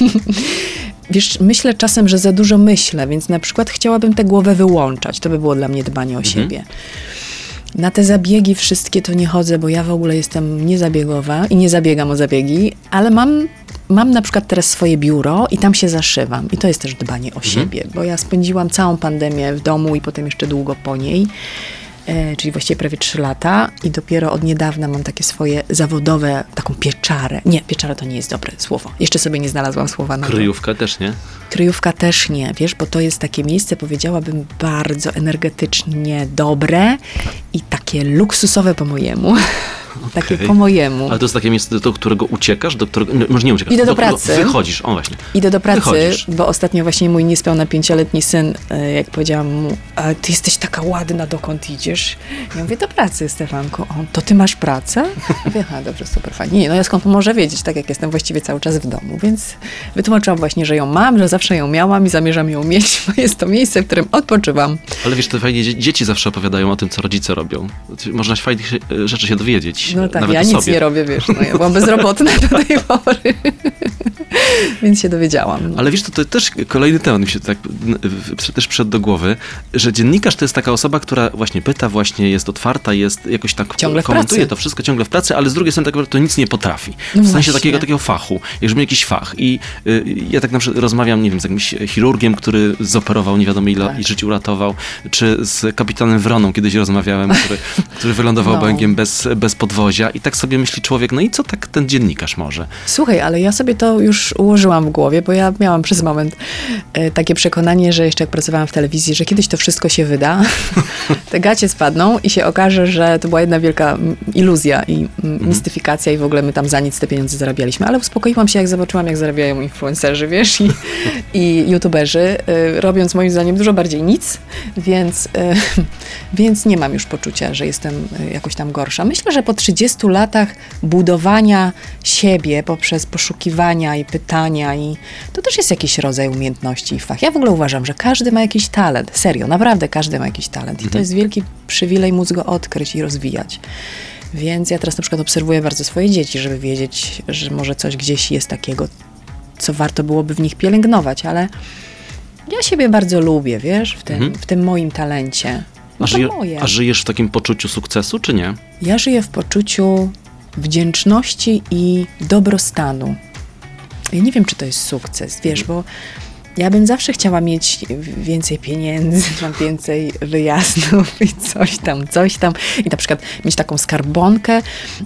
Wiesz, myślę czasem, że za dużo myślę, więc na przykład chciałabym tę głowę wyłączać. To by było dla mnie dbanie o Mhm. siebie. Na te zabiegi wszystkie to nie chodzę, bo ja w ogóle jestem niezabiegowa i nie zabiegam o zabiegi, ale mam, mam na przykład teraz swoje biuro i tam się zaszywam. I to jest też dbanie o siebie, bo ja spędziłam całą pandemię w domu i potem jeszcze długo po niej, e, czyli właściwie prawie trzy lata i dopiero od niedawna mam takie swoje zawodowe, taką pieczarę. Nie, pieczara to nie jest dobre słowo. Jeszcze sobie nie znalazłam słowa na to. Kryjówka też, nie? Kryjówka też nie, wiesz, bo to jest takie miejsce, powiedziałabym, bardzo energetycznie dobre i takie luksusowe po mojemu. Takie po mojemu. Ale to jest takie miejsce, do którego uciekasz, do którego, no, może nie uciekasz, Idę do którego pracy. wychodzisz, o właśnie. Idę do pracy, Wychodzisz. bo ostatnio właśnie mój niespełna pięcioletni syn, e, jak powiedziałam mu, a ty jesteś taka ładna, dokąd idziesz? Ja mówię, do pracy, Stefanku. On, to ty masz pracę? Ja mówię, aha, dobrze, super, fajnie. Nie, no ja skąd może wiedzieć, tak jak jestem właściwie cały czas w domu, więc wytłumaczyłam właśnie, że ją mam, że zawsze ją miałam i zamierzam ją mieć, bo jest to miejsce, w którym odpoczywam. Ale wiesz, to fajnie, dzie- dzieci zawsze opowiadają o tym, co rodzice robią. Można fajnych się- rzeczy się dowiedzieć, No tak, nawet ja o nic sobie. nie robię, wiesz, no ja byłam bezrobotna do tej pory, więc się dowiedziałam. Ale wiesz, to, to też kolejny temat mi się tak n- w- też przyszedł do głowy, że dziennikarz to jest taka osoba, która właśnie pyta, właśnie jest otwarta, jest jakoś tak Ciągle w komentuje pracy. to wszystko ciągle w pracy, ale z drugiej strony tak naprawdę to nic nie potrafi. No w sensie właśnie. takiego, takiego fachu, jakby jakiś fach. I y, ja tak na przykład rozmawiam, nie wiem, z jakimś chirurgiem, który zoperował nie wiadomo ile Tak. i życie uratował, czy z kapitanem Wroną kiedyś rozmawiałem, który, który wylądował No. Boeingiem bez, bez podwozia i tak sobie myśli człowiek, no i co tak ten dziennikarz może? Słuchaj, ale ja sobie to już u, ułożyłam w głowie, bo ja miałam przez moment e, takie przekonanie, że jeszcze jak pracowałam w telewizji, że kiedyś to wszystko się wyda, te gacie spadną i się okaże, że to była jedna wielka iluzja i mm. mistyfikacja i w ogóle my tam za nic te pieniądze zarabialiśmy. Ale uspokoiłam się, jak zobaczyłam, jak zarabiają influencerzy, wiesz, i, i youtuberzy, e, robiąc moim zdaniem dużo bardziej nic, więc, e, więc nie mam już poczucia, że jestem jakoś tam gorsza. Myślę, że po trzydziestu latach budowania siebie poprzez poszukiwania i pytania i to też jest jakiś rodzaj umiejętności i fach. Ja w ogóle uważam, że każdy ma jakiś talent. Serio, naprawdę każdy ma jakiś talent. I to jest wielki przywilej móc go odkryć i rozwijać. Więc ja teraz na przykład obserwuję bardzo swoje dzieci, żeby wiedzieć, że może coś gdzieś jest takiego, co warto byłoby w nich pielęgnować, ale ja siebie bardzo lubię, wiesz, w tym, mhm. w tym moim talencie. A, żyje, a żyjesz w takim poczuciu sukcesu, czy nie? Ja żyję w poczuciu wdzięczności i dobrostanu. Ja nie wiem, czy to jest sukces, wiesz, bo ja bym zawsze chciała mieć więcej pieniędzy, mam więcej wyjazdów i coś tam, coś tam. I na przykład mieć taką skarbonkę,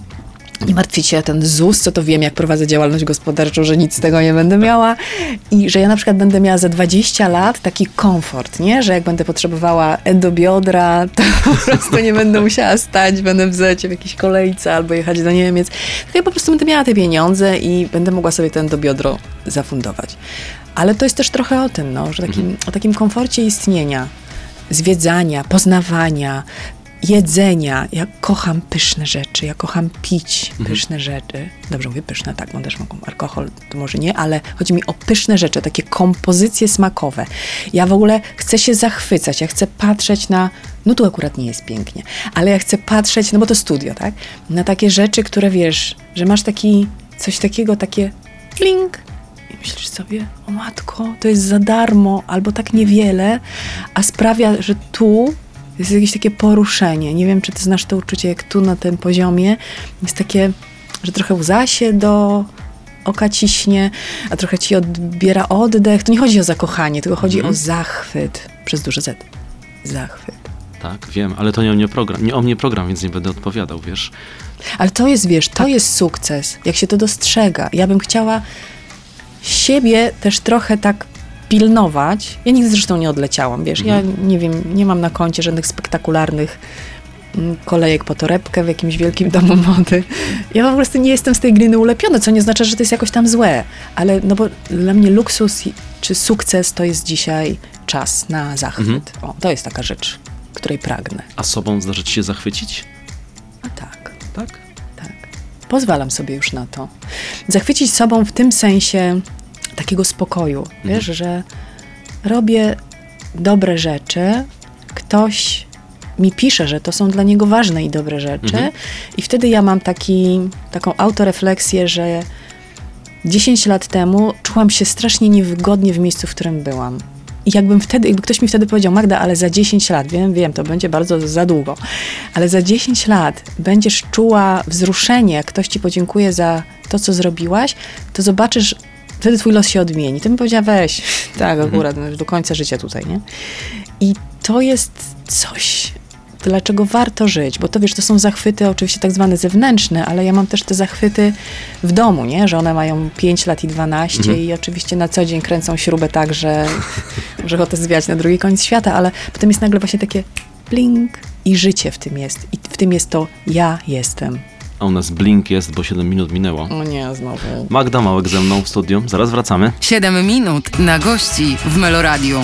nie martwić się o ten Z U S, co to wiem, jak prowadzę działalność gospodarczą, że nic z tego nie będę miała i że ja na przykład będę miała za dwadzieścia lat taki komfort, nie? Że jak będę potrzebowała endobiodra, to po prostu nie będę musiała stać, będę w zecie w jakiejś kolejce albo jechać do Niemiec. To ja po prostu będę miała te pieniądze i będę mogła sobie to endobiodro zafundować. Ale to jest też trochę o tym, no, że takim, mhm. o takim komforcie istnienia, zwiedzania, poznawania, jedzenia. Ja kocham pyszne rzeczy, ja kocham pić mhm. pyszne rzeczy. Dobrze mówię pyszne, tak, no też mogą alkohol, to może nie, ale chodzi mi o pyszne rzeczy, takie kompozycje smakowe. Ja w ogóle chcę się zachwycać, ja chcę patrzeć na, no tu akurat nie jest pięknie, ale ja chcę patrzeć, no bo to studio, tak, na takie rzeczy, które wiesz, że masz taki, coś takiego, takie pling i myślisz sobie, o matko, to jest za darmo, albo tak niewiele, a sprawia, że tu jest jakieś takie poruszenie. Nie wiem, czy ty znasz to uczucie, jak tu na tym poziomie jest takie, że trochę łza się do oka ciśnie, a trochę ci odbiera oddech. To nie chodzi o zakochanie, tylko chodzi mhm. o zachwyt. Przez duże Z. Zachwyt. Tak, wiem, ale to nie o mnie program, nie o mnie program, więc nie będę odpowiadał, wiesz. Ale to jest, wiesz, to tak. jest sukces, jak się to dostrzega. Ja bym chciała siebie też trochę tak pilnować. Ja nigdy zresztą nie odleciałam, wiesz, mhm. ja nie wiem, nie mam na koncie żadnych spektakularnych kolejek po torebkę w jakimś wielkim domu mody. Ja po prostu nie jestem z tej gliny ulepiona, co nie oznacza, że to jest jakoś tam złe, ale no bo dla mnie luksus czy sukces to jest dzisiaj czas na zachwyt. Mhm. O, to jest taka rzecz, której pragnę. A sobą zdarzy ci się zachwycić? A tak. Tak? Tak. Pozwalam sobie już na to. Zachwycić sobą w tym sensie takiego spokoju, mhm. wiesz, że robię dobre rzeczy, ktoś mi pisze, że to są dla niego ważne i dobre rzeczy mhm. i wtedy ja mam taki, taką autorefleksję, że dziesięć lat temu czułam się strasznie niewygodnie w miejscu, w którym byłam. I jakbym wtedy, jakby ktoś mi wtedy powiedział, Magda, ale za dziesięć lat, wiem, wiem, to będzie bardzo za długo, ale za dziesięć lat będziesz czuła wzruszenie, jak ktoś ci podziękuje za to, co zrobiłaś, to zobaczysz, wtedy twój los się odmieni. To mi powiedziała, weź, tak, akurat mhm. do końca życia tutaj, nie? I to jest coś, dlaczego warto żyć, bo to wiesz, to są zachwyty oczywiście tak zwane zewnętrzne, ale ja mam też te zachwyty w domu, nie? Że one mają pięć lat i dwanaście mhm. i oczywiście na co dzień kręcą śrubę tak, że może ochotę zwiać na drugi koniec świata, ale potem jest nagle właśnie takie bling i życie w tym jest. I w tym jest to ja jestem. A u nas blink jest, bo siedem minut minęło. O nie, znowu. Magda Małek ze mną w studiu. Zaraz wracamy. siedem minut na gości w Meloradiu.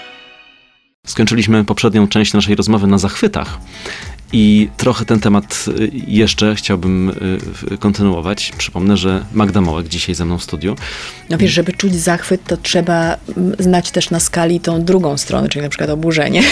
Skończyliśmy poprzednią część naszej rozmowy na zachwytach i trochę ten temat jeszcze chciałbym kontynuować. Przypomnę, że Magda Małek dzisiaj ze mną w studiu. No wiesz, żeby czuć zachwyt, to trzeba znać też na skali tą drugą stronę, czyli na przykład oburzenie.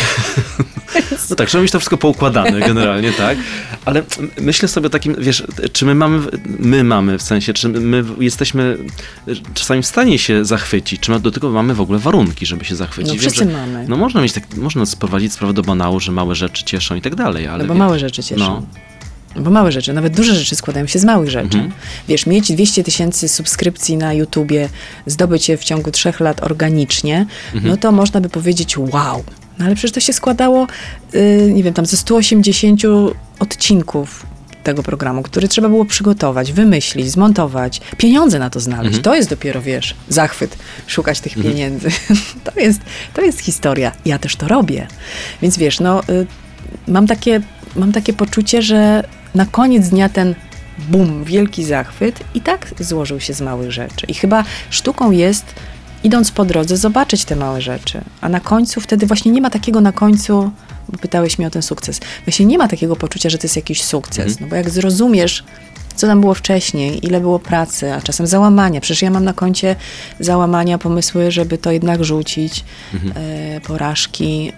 No tak, trzeba mieć to wszystko poukładane generalnie, tak? Ale myślę sobie o takim, wiesz, czy my mamy, my mamy w sensie, czy my jesteśmy czasami w stanie się zachwycić, czy my do tego mamy w ogóle warunki, żeby się zachwycić? No wszyscy Wiem, że, mamy. No można mieć tak, można sprowadzić sprawę do banału, że małe rzeczy cieszą i tak dalej, ale... No bo wiesz, małe rzeczy cieszą. No. Bo małe rzeczy, nawet duże rzeczy składają się z małych rzeczy. Mhm. Wiesz, mieć dwieście tysięcy subskrypcji na YouTubie, zdobyć je w ciągu trzech lat organicznie, mhm. no to można by powiedzieć wow. No ale przecież to się składało, yy, nie wiem, tam ze stu osiemdziesięciu odcinków tego programu, który trzeba było przygotować, wymyślić, zmontować, pieniądze na to znaleźć. Mhm. To jest dopiero, wiesz, zachwyt, szukać tych mhm. pieniędzy. To jest, to jest historia. Ja też to robię. Więc wiesz, no, y, mam takie, mam takie poczucie, że na koniec dnia ten bum, wielki zachwyt i tak złożył się z małych rzeczy. I chyba sztuką jest, idąc po drodze, zobaczyć te małe rzeczy. A na końcu wtedy właśnie nie ma takiego na końcu, bo pytałeś mnie o ten sukces, właśnie nie ma takiego poczucia, że to jest jakiś sukces. Mhm. No bo jak zrozumiesz, co tam było wcześniej, ile było pracy, a czasem załamania. Przecież ja mam na koncie załamania, pomysły, żeby to jednak rzucić, mhm. e, porażki,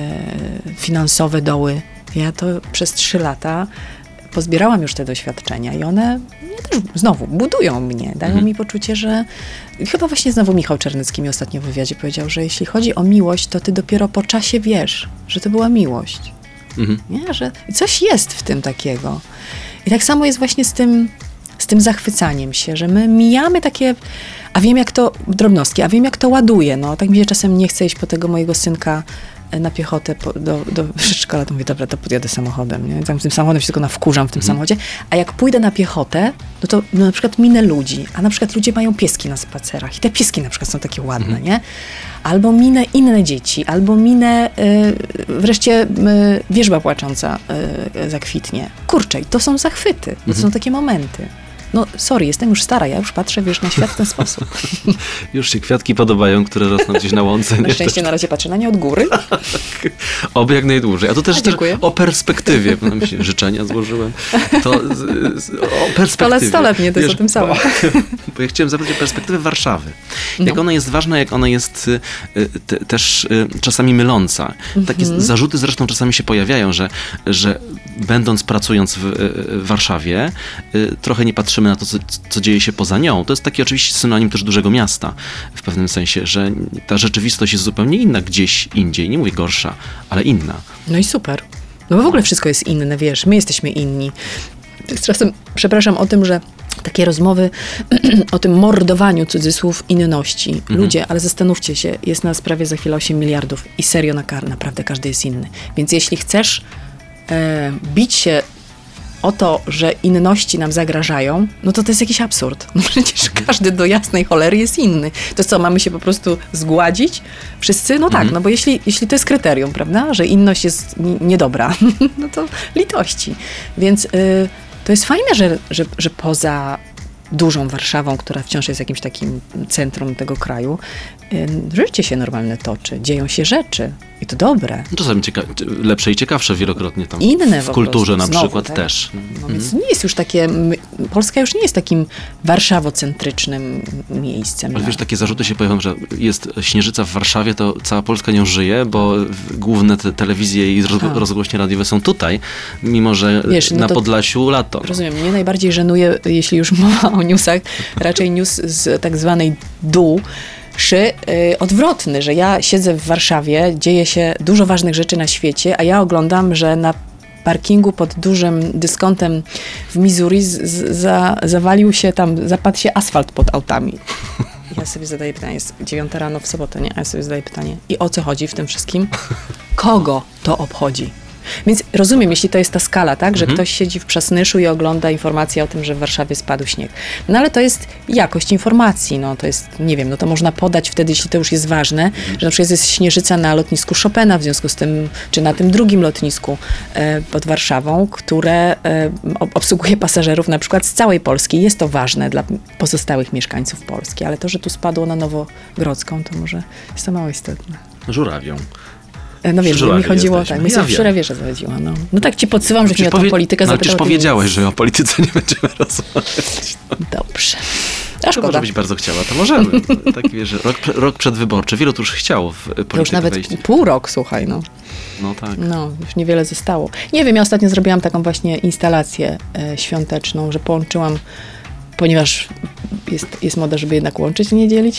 e, finansowe doły. Ja to przez trzy lata pozbierałam już te doświadczenia i one mnie też znowu budują mnie, dają mhm. mi poczucie, że chyba właśnie znowu Michał Czarnycki mi ostatnio w wywiadzie powiedział, że jeśli chodzi o miłość, to ty dopiero po czasie wiesz, że to była miłość. Mhm. Nie? Że coś jest w tym takiego. I tak samo jest właśnie z tym, z tym zachwycaniem się, że my mijamy takie, a wiem jak to, drobnostki, a wiem jak to ładuje. No, tak mi się czasem nie chce iść po tego mojego synka na piechotę po, do, do przedszkola, to mówię, dobra, to podjadę samochodem, nie? Tam tym samochodem się tylko nawkurzam w tym mhm. samochodzie, a jak pójdę na piechotę, no to no, na przykład minę ludzi, a na przykład ludzie mają pieski na spacerach i te pieski na przykład są takie ładne, mhm. nie? Albo minę inne dzieci, albo minę y, wreszcie y, wierzba płacząca y, zakwitnie. Kurczę, i to są zachwyty, mhm. to są takie momenty. No, sorry, jestem już stara, ja już patrzę, wiesz, na świat w ten sposób. Już się kwiatki podobają, które rosną gdzieś na łące. Na szczęście na razie patrzę na nie od góry. Oby jak najdłużej. A to też, A, też o perspektywie. No, myślę, życzenia złożyłem. To z, z, o perspektywie. sto lat, nie, to wiesz, jest o tym samym. Bo, bo ja chciałem zapytać o perspektywę Warszawy. Jak no. ona jest ważna, jak ona jest te, też czasami myląca. Takie mm-hmm. zarzuty zresztą czasami się pojawiają, że, że będąc, pracując w, w Warszawie, trochę nie patrzymy na to, co, co dzieje się poza nią. To jest taki oczywiście synonim też dużego miasta w pewnym sensie, że ta rzeczywistość jest zupełnie inna gdzieś indziej. Nie mówię gorsza, ale inna. No i super. No bo w ogóle wszystko jest inne, wiesz, my jesteśmy inni. Czasem przepraszam o tym, że takie rozmowy o tym mordowaniu, cudzysłów, inności. Mhm. Ludzie, ale zastanówcie się, jest nas prawie za chwilę osiem miliardów i serio na kar, naprawdę każdy jest inny. Więc jeśli chcesz e, bić się o to, że inności nam zagrażają, no to to jest jakiś absurd. No przecież każdy do jasnej cholery jest inny. To co, mamy się po prostu zgładzić? Wszyscy? No tak, mhm. no bo jeśli, jeśli to jest kryterium, prawda, że inność jest n- niedobra, no to litości. Więc y, to jest fajne, że, że, że poza dużą Warszawą, która wciąż jest jakimś takim centrum tego kraju, życie się normalne toczy, dzieją się rzeczy i to dobre. Czasami cieka- lepsze i ciekawsze wielokrotnie tam. Inne w kulturze na Znowu, przykład tak? też. No mhm. więc nie jest już takie, Polska już nie jest takim warszawocentrycznym miejscem. Ale wiesz, takie zarzuty się pojawią, że jest Śnieżyca w Warszawie, to cała Polska nią żyje, bo główne te telewizje i roz- rozgłośnie radiowe są tutaj, mimo że wiesz, no na Podlasiu lato. Rozumiem, mnie najbardziej żenuje, jeśli już mowa o newsach, raczej news z tak zwanej dół, Szy, yy, odwrotny, że ja siedzę w Warszawie, dzieje się dużo ważnych rzeczy na świecie, a ja oglądam, że na parkingu pod dużym dyskontem w Missouri z, z, za, zawalił się tam, zapadł się asfalt pod autami. Ja sobie zadaję pytanie, jest dziewiąta rano w sobotę, nie? A ja sobie zadaję pytanie, i o co chodzi w tym wszystkim? Kogo to obchodzi? Więc rozumiem, jeśli to jest ta skala, tak, że mhm. ktoś siedzi w Przasnyszu i ogląda informacje o tym, że w Warszawie spadł śnieg. No ale to jest jakość informacji, no to jest, nie wiem, no to można podać wtedy, jeśli to już jest ważne, mhm. że na przykład jest śnieżyca na lotnisku Chopina w związku z tym, czy na tym drugim lotnisku e, pod Warszawą, które e, obsługuje pasażerów na przykład z całej Polski. Jest to ważne dla pozostałych mieszkańców Polski, ale to, że tu spadło na Nowogrodzką, to może jest to mało istotne. Żurawią. No wiem, że mi chodziło jesteśmy. tak, mi sobie ja w Żurawierze zachodziła, no. No tak ci podsyłam, że mi o tą politykę zapytał. No przecież powiedziałeś, że o polityce nie będziemy rozmawiać. No. Dobrze. A szkoda. Może być bardzo chciała, to możemy. Tak, wiesz, rok, rok przedwyborczy, wielu tu już chciało w politykę to już nawet wejść. pół rok, słuchaj, no. No tak. No, już niewiele zostało. Nie wiem, ja ostatnio zrobiłam taką właśnie instalację e, świąteczną, że połączyłam, ponieważ jest, jest moda, żeby jednak łączyć, nie dzielić,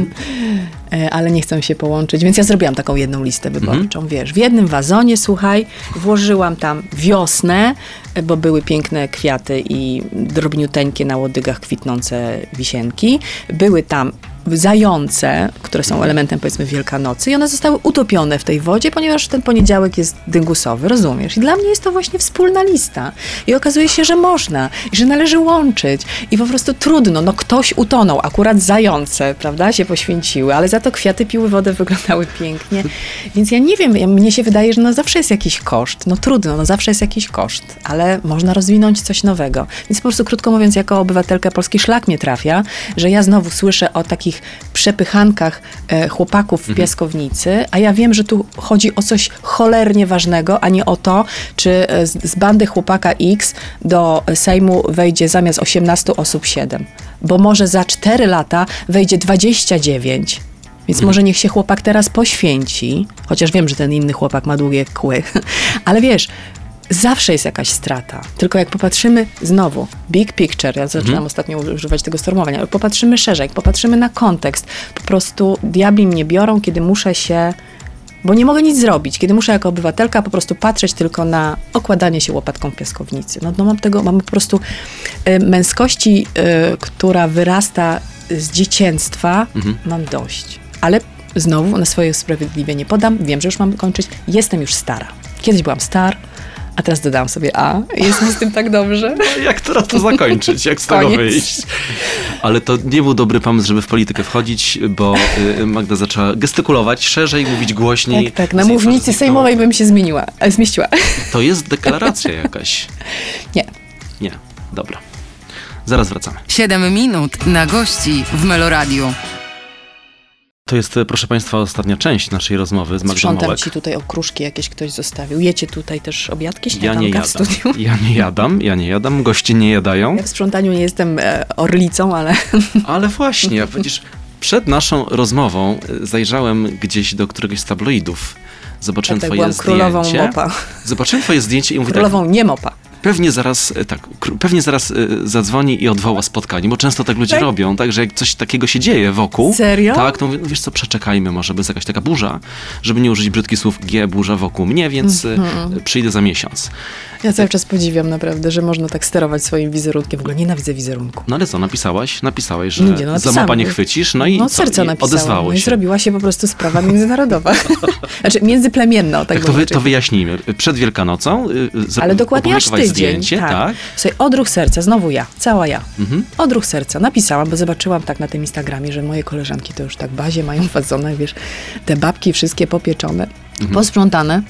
ale nie chcę się połączyć, więc ja zrobiłam taką jedną listę wyborczą, mm-hmm. wiesz, w jednym wazonie, słuchaj, włożyłam tam wiosnę, bo były piękne kwiaty i drobniuteńkie na łodygach kwitnące wisienki, były tam zające, które są elementem, powiedzmy, Wielkanocy i one zostały utopione w tej wodzie, ponieważ ten poniedziałek jest dyngusowy, rozumiesz? I dla mnie jest to właśnie wspólna lista. I okazuje się, że można, i że należy łączyć. I po prostu trudno, no ktoś utonął, akurat zające, prawda, się poświęciły, ale za to kwiaty piły wodę, wyglądały pięknie. Więc ja nie wiem, ja, mnie się wydaje, że no zawsze jest jakiś koszt. No trudno, no zawsze jest jakiś koszt, ale można rozwinąć coś nowego. Więc po prostu, krótko mówiąc, jako obywatelka Polski szlak mnie trafia, że ja znowu słyszę o takich przepychankach e, chłopaków w piaskownicy, a ja wiem, że tu chodzi o coś cholernie ważnego, a nie o to, czy e, z, z bandy chłopaka X do Sejmu wejdzie zamiast osiemnastu osób siedem. Bo może za cztery lata wejdzie dwadzieścia dziewięć. Więc mhm. może niech się chłopak teraz poświęci, chociaż wiem, że ten inny chłopak ma długie kły, ale wiesz, zawsze jest jakaś strata. Tylko jak popatrzymy znowu, big picture, ja zaczynam mhm. ostatnio używać tego sformułowania, ale popatrzymy szerzej, popatrzymy na kontekst. Po prostu diabli mnie biorą, kiedy muszę się, bo nie mogę nic zrobić, kiedy muszę jako obywatelka po prostu patrzeć tylko na okładanie się łopatką w piaskownicy. No, no mam tego, mam po prostu y, męskości, y, która wyrasta z dzieciństwa, mhm. mam dość. Ale znowu na swoje usprawiedliwienie podam, wiem, że już mam kończyć, jestem już stara. Kiedyś byłam star, a teraz dodałam sobie A. Jest mi z tym tak dobrze. No, jak teraz to zakończyć? Jak z tego wyjść? Ale to nie był dobry pomysł, żeby w politykę wchodzić, bo y, Magda zaczęła gestykulować szerzej, mówić głośniej. Tak, tak. Na mównicy sejmowej bym się zmieniła, zmieściła. To jest deklaracja jakaś. Nie. Nie. Dobra. Zaraz wracamy. siedem minut na gości w Meloradiu. To jest, proszę Państwa, ostatnia część naszej rozmowy z Magdą Sprzątam Małek. ci tutaj okruszki jakieś ktoś zostawił. Jecie tutaj też obiadki, Ja nie śniadanka jadam. w studiu? Ja nie jadam, ja nie jadam, goście nie jadają. Ja w sprzątaniu nie jestem e, orlicą, ale... Ale właśnie, przecież przed naszą rozmową zajrzałem gdzieś do któregoś z tabloidów. Zobaczyłem tak, tak, twoje byłam zdjęcie. królową mopa. Zobaczyłem twoje zdjęcie i mówię Królową tak, nie mopa. Pewnie zaraz, tak, pewnie zaraz y, zadzwoni i odwoła spotkanie, bo często tak ludzie Tak? robią, tak, że jak coś takiego się dzieje wokół. Serio? Tak, to mówię, no wiesz co, przeczekajmy może, by jest jakaś taka burza, żeby nie użyć brzydkich słów G, burza wokół mnie, więc mm-hmm. y, przyjdę za miesiąc. Ja cały czas podziwiam naprawdę, że można tak sterować swoim wizerunkiem. W ogóle nienawidzę wizerunku. No ale co, napisałaś? Napisałaś, że Nie, no, za mopa nie chwycisz, no i no, co? serce I napisałam. odezwało no i się. zrobiła się po prostu sprawa międzynarodowa. Znaczy międzyplemienna, tak, tak to, wy, to wyjaśnijmy. Przed Wielkanocą y, ale dokładnie aż tydzień. zdjęcie, tak. tak. Słuchaj, odruch serca, znowu ja, cała ja. Mhm. Odruch serca. Napisałam, bo zobaczyłam tak na tym Instagramie, że moje koleżanki to już tak bazie mają wadzone, wiesz, te babki wszystkie popieczone, mhm. posprzątane.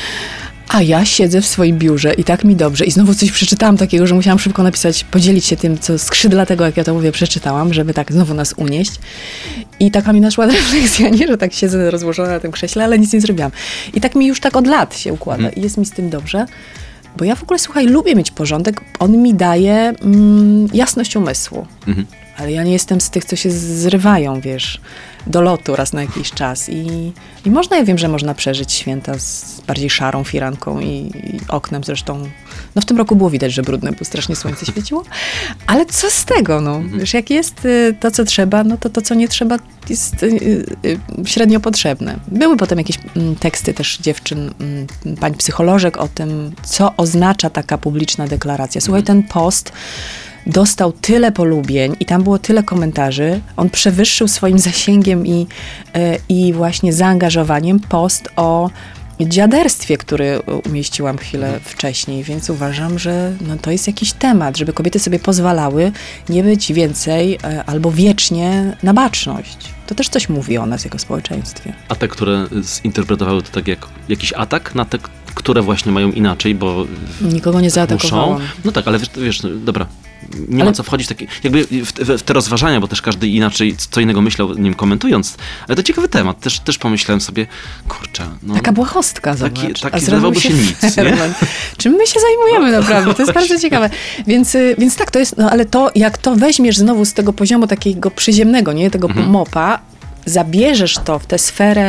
A ja siedzę w swoim biurze i tak mi dobrze. I znowu coś przeczytałam takiego, że musiałam szybko napisać, podzielić się tym, co skrzydlatego, jak ja to mówię, przeczytałam, żeby tak znowu nas unieść. I taka mi naszła refleksja, nie, że tak siedzę rozłożona na tym krześle, ale nic nie zrobiłam. I tak mi już tak od lat się układa. Mhm. I jest mi z tym dobrze. Bo ja w ogóle, słuchaj, lubię mieć porządek. On mi daje mm, jasność umysłu. Mhm. Ale ja nie jestem z tych, co się zrywają, wiesz, do lotu raz na jakiś czas. I, i można, ja wiem, że można przeżyć święta z bardziej szarą firanką i, i oknem zresztą. No w tym roku było widać, że brudne, bo strasznie słońce świeciło. Ale co z tego, no? Mhm. Wiesz, jak jest y, to, co trzeba, no to to, co nie trzeba, jest y, y, średnio potrzebne. Były potem jakieś mm, teksty też dziewczyn, mm, pań psycholożek o tym, co oznacza taka publiczna deklaracja. Słuchaj, mhm. ten post dostał tyle polubień i tam było tyle komentarzy. On przewyższył swoim zasięgiem i, yy, i właśnie zaangażowaniem post o dziaderstwie, który umieściłam chwilę wcześniej, więc uważam, że no, to jest jakiś temat, żeby kobiety sobie pozwalały nie być więcej yy, albo wiecznie na baczność. To też coś mówi o nas jako społeczeństwie. A te, które zinterpretowały to tak jak jakiś atak na te, które właśnie mają inaczej, bo nikogo nie zaatakowałam. Muszą. No tak, ale wiesz, wiesz dobra, nie ale... ma co wchodzić w, takie, jakby w, w, w te rozważania, bo też każdy inaczej co innego myślał, nim komentując, ale to ciekawy temat. Też, też pomyślałem sobie, kurczę. No, taka błahostka, zobacz. Taki, taki zdawałoby się nic, nie? Czym my się zajmujemy naprawdę? To jest bardzo ciekawe. Więc, więc tak, to jest, no ale to, jak to weźmiesz znowu z tego poziomu takiego przyziemnego, nie? Tego mhm. mopa, zabierzesz to w tę sferę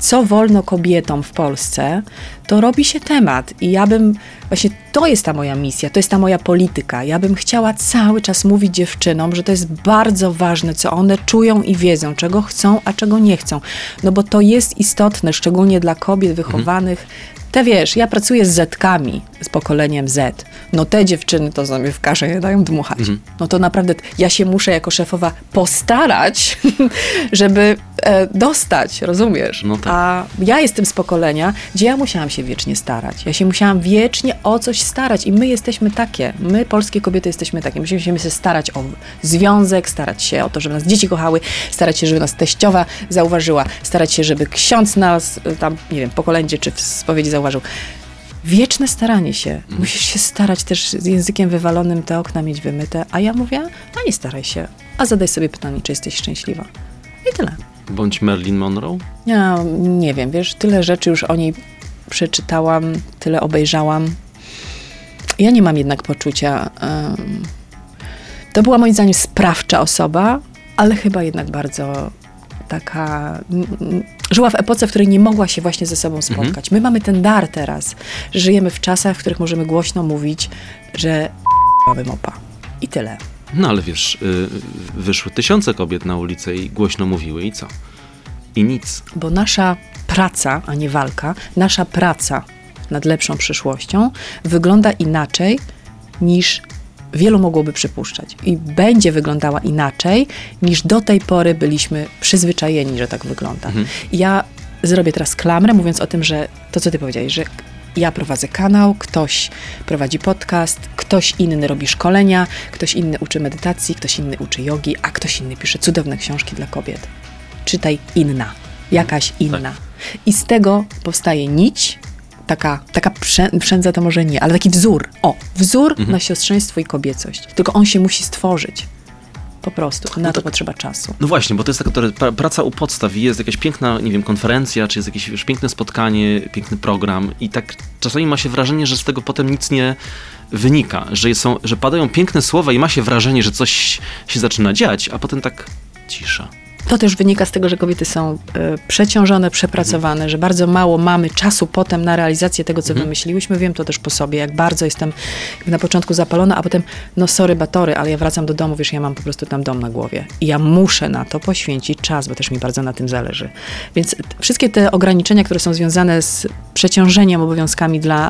co wolno kobietom w Polsce, to robi się temat. I ja bym, właśnie to jest ta moja misja, to jest ta moja polityka. Ja bym chciała cały czas mówić dziewczynom, że to jest bardzo ważne, co one czują i wiedzą, czego chcą, a czego nie chcą. No bo to jest istotne, szczególnie dla kobiet wychowanych. Mhm. Te wiesz, ja pracuję z zetkami, z pokoleniem Z. No te dziewczyny to sobie w kaszę je dają dmuchać. Mhm. No to naprawdę ja się muszę jako szefowa postarać, żeby e, dostać, rozumiesz? No tak. A ja jestem z pokolenia, gdzie ja musiałam się wiecznie starać. Ja się musiałam wiecznie o coś starać i my jesteśmy takie. My, polskie kobiety, jesteśmy takie. Musimy się starać o związek, starać się o to, żeby nas dzieci kochały, starać się, żeby nas teściowa zauważyła, starać się, żeby ksiądz nas tam, nie wiem, po kolędzie czy w spowiedzi zauważył. Wieczne staranie się. Mhm. Musisz się starać też z językiem wywalonym, te okna mieć wymyte, a ja mówię, a nie staraj się, a zadaj sobie pytanie, czy jesteś szczęśliwa. I tyle. Bądź Marilyn Monroe? Ja nie wiem, wiesz, tyle rzeczy już o niej przeczytałam, tyle obejrzałam. Ja nie mam jednak poczucia... Um, to była moim zdaniem sprawcza osoba, ale chyba jednak bardzo taka... M, żyła w epoce, w której nie mogła się właśnie ze sobą spotkać. Mhm. My mamy ten dar teraz, że żyjemy w czasach, w których możemy głośno mówić, że mamy mopa. I tyle. No ale wiesz, yy, wyszły tysiące kobiet na ulicę i głośno mówiły i co? I nic. Bo nasza praca, a nie walka, nasza praca nad lepszą przyszłością wygląda inaczej niż wielu mogłoby przypuszczać. I będzie wyglądała inaczej, niż do tej pory byliśmy przyzwyczajeni, że tak wygląda. Mhm. I ja zrobię teraz klamrę, mówiąc o tym, że to, co ty powiedziałeś, że ja prowadzę kanał, ktoś prowadzi podcast, ktoś inny robi szkolenia, ktoś inny uczy medytacji, ktoś inny uczy jogi, a ktoś inny pisze cudowne książki dla kobiet. Czytaj inna, jakaś inna. Tak. I z tego powstaje nić, Taka, taka przę, przędza to może nie, ale taki wzór. O, wzór mhm. na siostrzeństwo i kobiecość. Tylko on się musi stworzyć. Po prostu. Na no to, to potrzeba czasu. No właśnie, bo to jest taka praca u podstaw i jest jakaś piękna, nie wiem, konferencja, czy jest jakieś wiesz, piękne spotkanie, piękny program i tak czasami ma się wrażenie, że z tego potem nic nie wynika, że, są, że padają piękne słowa i ma się wrażenie, że coś się zaczyna dziać, a potem tak cisza. To też wynika z tego, że kobiety są y, przeciążone, przepracowane, mhm. że bardzo mało mamy czasu potem na realizację tego, co mhm. wymyśliłyśmy. Wiem to też po sobie, jak bardzo jestem na początku zapalona, a potem, no sorry, batory, ale ja wracam do domu, wiesz, ja mam po prostu tam dom na głowie. I ja muszę na to poświęcić czas, bo też mi bardzo na tym zależy. Więc t- wszystkie te ograniczenia, które są związane z przeciążeniem obowiązkami dla,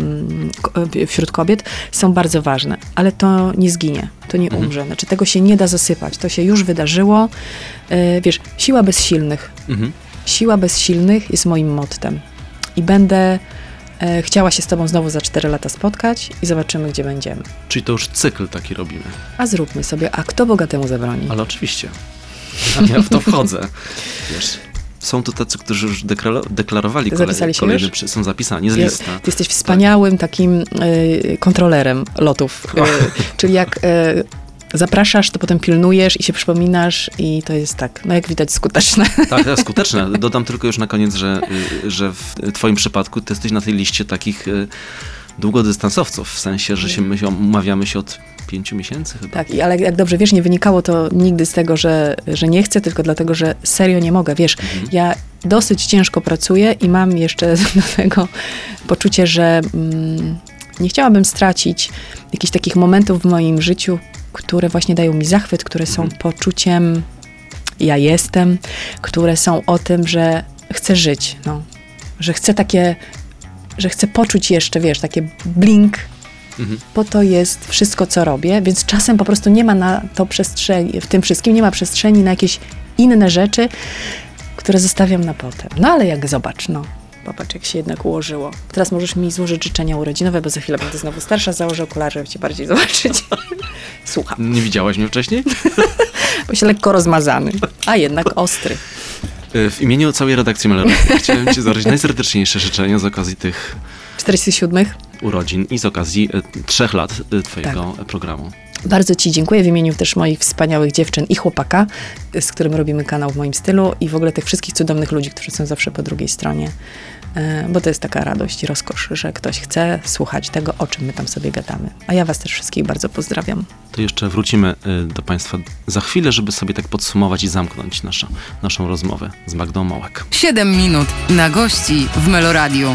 y, wśród kobiet, są bardzo ważne. Ale to nie zginie, to nie mhm. umrze. Znaczy tego się nie da zasypać. To się już wydarzyło. Wiesz, siła bez silnych. Mhm. Siła bez silnych jest moim mottem. I będę e, chciała się z tobą znowu za cztery lata spotkać i zobaczymy, gdzie będziemy. Czyli to już cykl taki robimy. A zróbmy sobie. A kto bogatemu zabroni? Ale oczywiście. A ja w to wchodzę. Wiesz, są tu tacy, którzy już dekla- deklarowali kolejne, kolejne przy, są zapisani z ja, lista. Ty jesteś wspaniałym tak. takim y, kontrolerem lotów. Y, czyli jak... Y, zapraszasz, to potem pilnujesz i się przypominasz i to jest tak, no jak widać, skuteczne. Tak, tak, skuteczne. Dodam tylko już na koniec, że, że w twoim przypadku ty jesteś na tej liście takich długodystansowców, w sensie, że się, my się umawiamy się od pięciu miesięcy chyba. Tak, ale jak dobrze wiesz, nie wynikało to nigdy z tego, że, że nie chcę, tylko dlatego, że serio nie mogę. Wiesz, mhm. ja dosyć ciężko pracuję i mam jeszcze do tego poczucie, że mm, nie chciałabym stracić jakichś takich momentów w moim życiu, które właśnie dają mi zachwyt, które są mhm. poczuciem ja jestem, które są o tym, że chcę żyć, no. Że chcę takie, że chcę poczuć jeszcze, wiesz, takie blink, mhm. po to jest wszystko, co robię, więc czasem po prostu nie ma na to przestrzeni, w tym wszystkim nie ma przestrzeni na jakieś inne rzeczy, które zostawiam na potem. No ale jak zobacz, no. Popatrz, jak się jednak ułożyło. Teraz możesz mi złożyć życzenia urodzinowe, bo za chwilę będę znowu starsza, założę okulary, żeby cię bardziej zobaczyć. Słucham. Nie widziałaś mnie wcześniej? Bo się lekko rozmazany, a jednak ostry. W imieniu całej redakcji Melody chciałem ci złożyć najserdeczniejsze życzenia z okazji tych czterdziestych siódmych urodzin i z okazji trzech lat twojego tak. programu. Bardzo Ci dziękuję w imieniu też moich wspaniałych dziewczyn i chłopaka, z którym robimy kanał w moim stylu i w ogóle tych wszystkich cudownych ludzi, którzy są zawsze po drugiej stronie. Bo to jest taka radość i rozkosz, że ktoś chce słuchać tego, o czym my tam sobie gadamy. A ja was też wszystkich bardzo pozdrawiam. To jeszcze wrócimy do Państwa za chwilę, żeby sobie tak podsumować i zamknąć naszą, naszą rozmowę z Magdą Małek. siedem minut na gości w Meloradiu.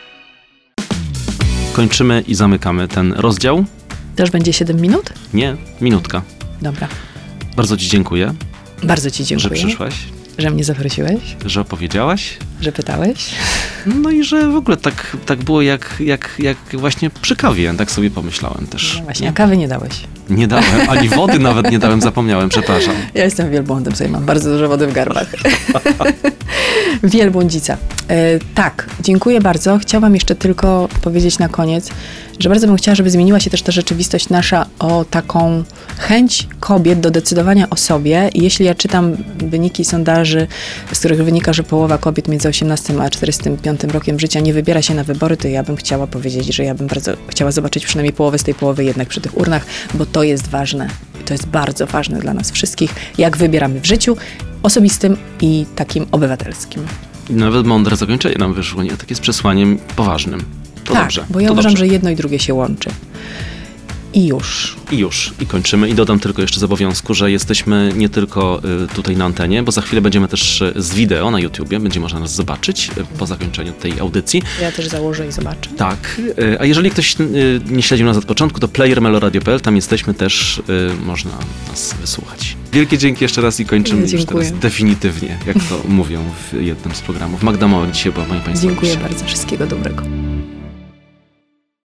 Kończymy i zamykamy ten rozdział. Też będzie siedem minut? Nie, minutka. Dobra. Bardzo Ci dziękuję. Bardzo Ci dziękuję. Że przyszłaś. Że mnie zaprosiłeś. Że opowiedziałaś. Że pytałeś. No i że w ogóle tak, tak było jak, jak, jak właśnie przy kawie. Tak sobie pomyślałem też. No właśnie, a kawy nie dałeś. Nie dałem, ani wody nawet nie dałem, zapomniałem, przepraszam. Ja jestem wielbłądem, sobie mam bardzo dużo wody w garbach. Wielbłądzica. E, tak, dziękuję bardzo. Chciałam jeszcze tylko powiedzieć na koniec, że bardzo bym chciała, żeby zmieniła się też ta rzeczywistość nasza o taką chęć kobiet do decydowania o sobie. I jeśli ja czytam wyniki sondaży, z których wynika, że połowa kobiet między osiemnastym a czterdziestym piątym rokiem życia nie wybiera się na wybory, to ja bym chciała powiedzieć, że ja bym bardzo chciała zobaczyć przynajmniej połowę z tej połowy jednak przy tych urnach, bo to jest ważne. To jest bardzo ważne dla nas wszystkich, jak wybieramy w życiu osobistym i takim obywatelskim. I nawet mądre zakończenie nam wyszło, nie? Takie z przesłaniem poważnym. To tak, dobrze. bo ja to uważam, dobrze. że jedno i drugie się łączy. I już. I już. I kończymy. I dodam tylko jeszcze z obowiązku, że jesteśmy nie tylko y, tutaj na antenie, bo za chwilę będziemy też y, z wideo na YouTubie. Będzie można nas zobaczyć y, po zakończeniu tej audycji. Ja też założę i zobaczę. Tak. Y, a jeżeli ktoś y, nie śledził nas od początku, to player meloradio kropka p l. Tam jesteśmy też, y, można nas wysłuchać. Wielkie dzięki jeszcze raz i kończymy już Dziękuję. teraz definitywnie, jak to mówią w jednym z programów. Magda Małek dzisiaj była moim Państwa Dziękuję gościem. bardzo. Wszystkiego dobrego.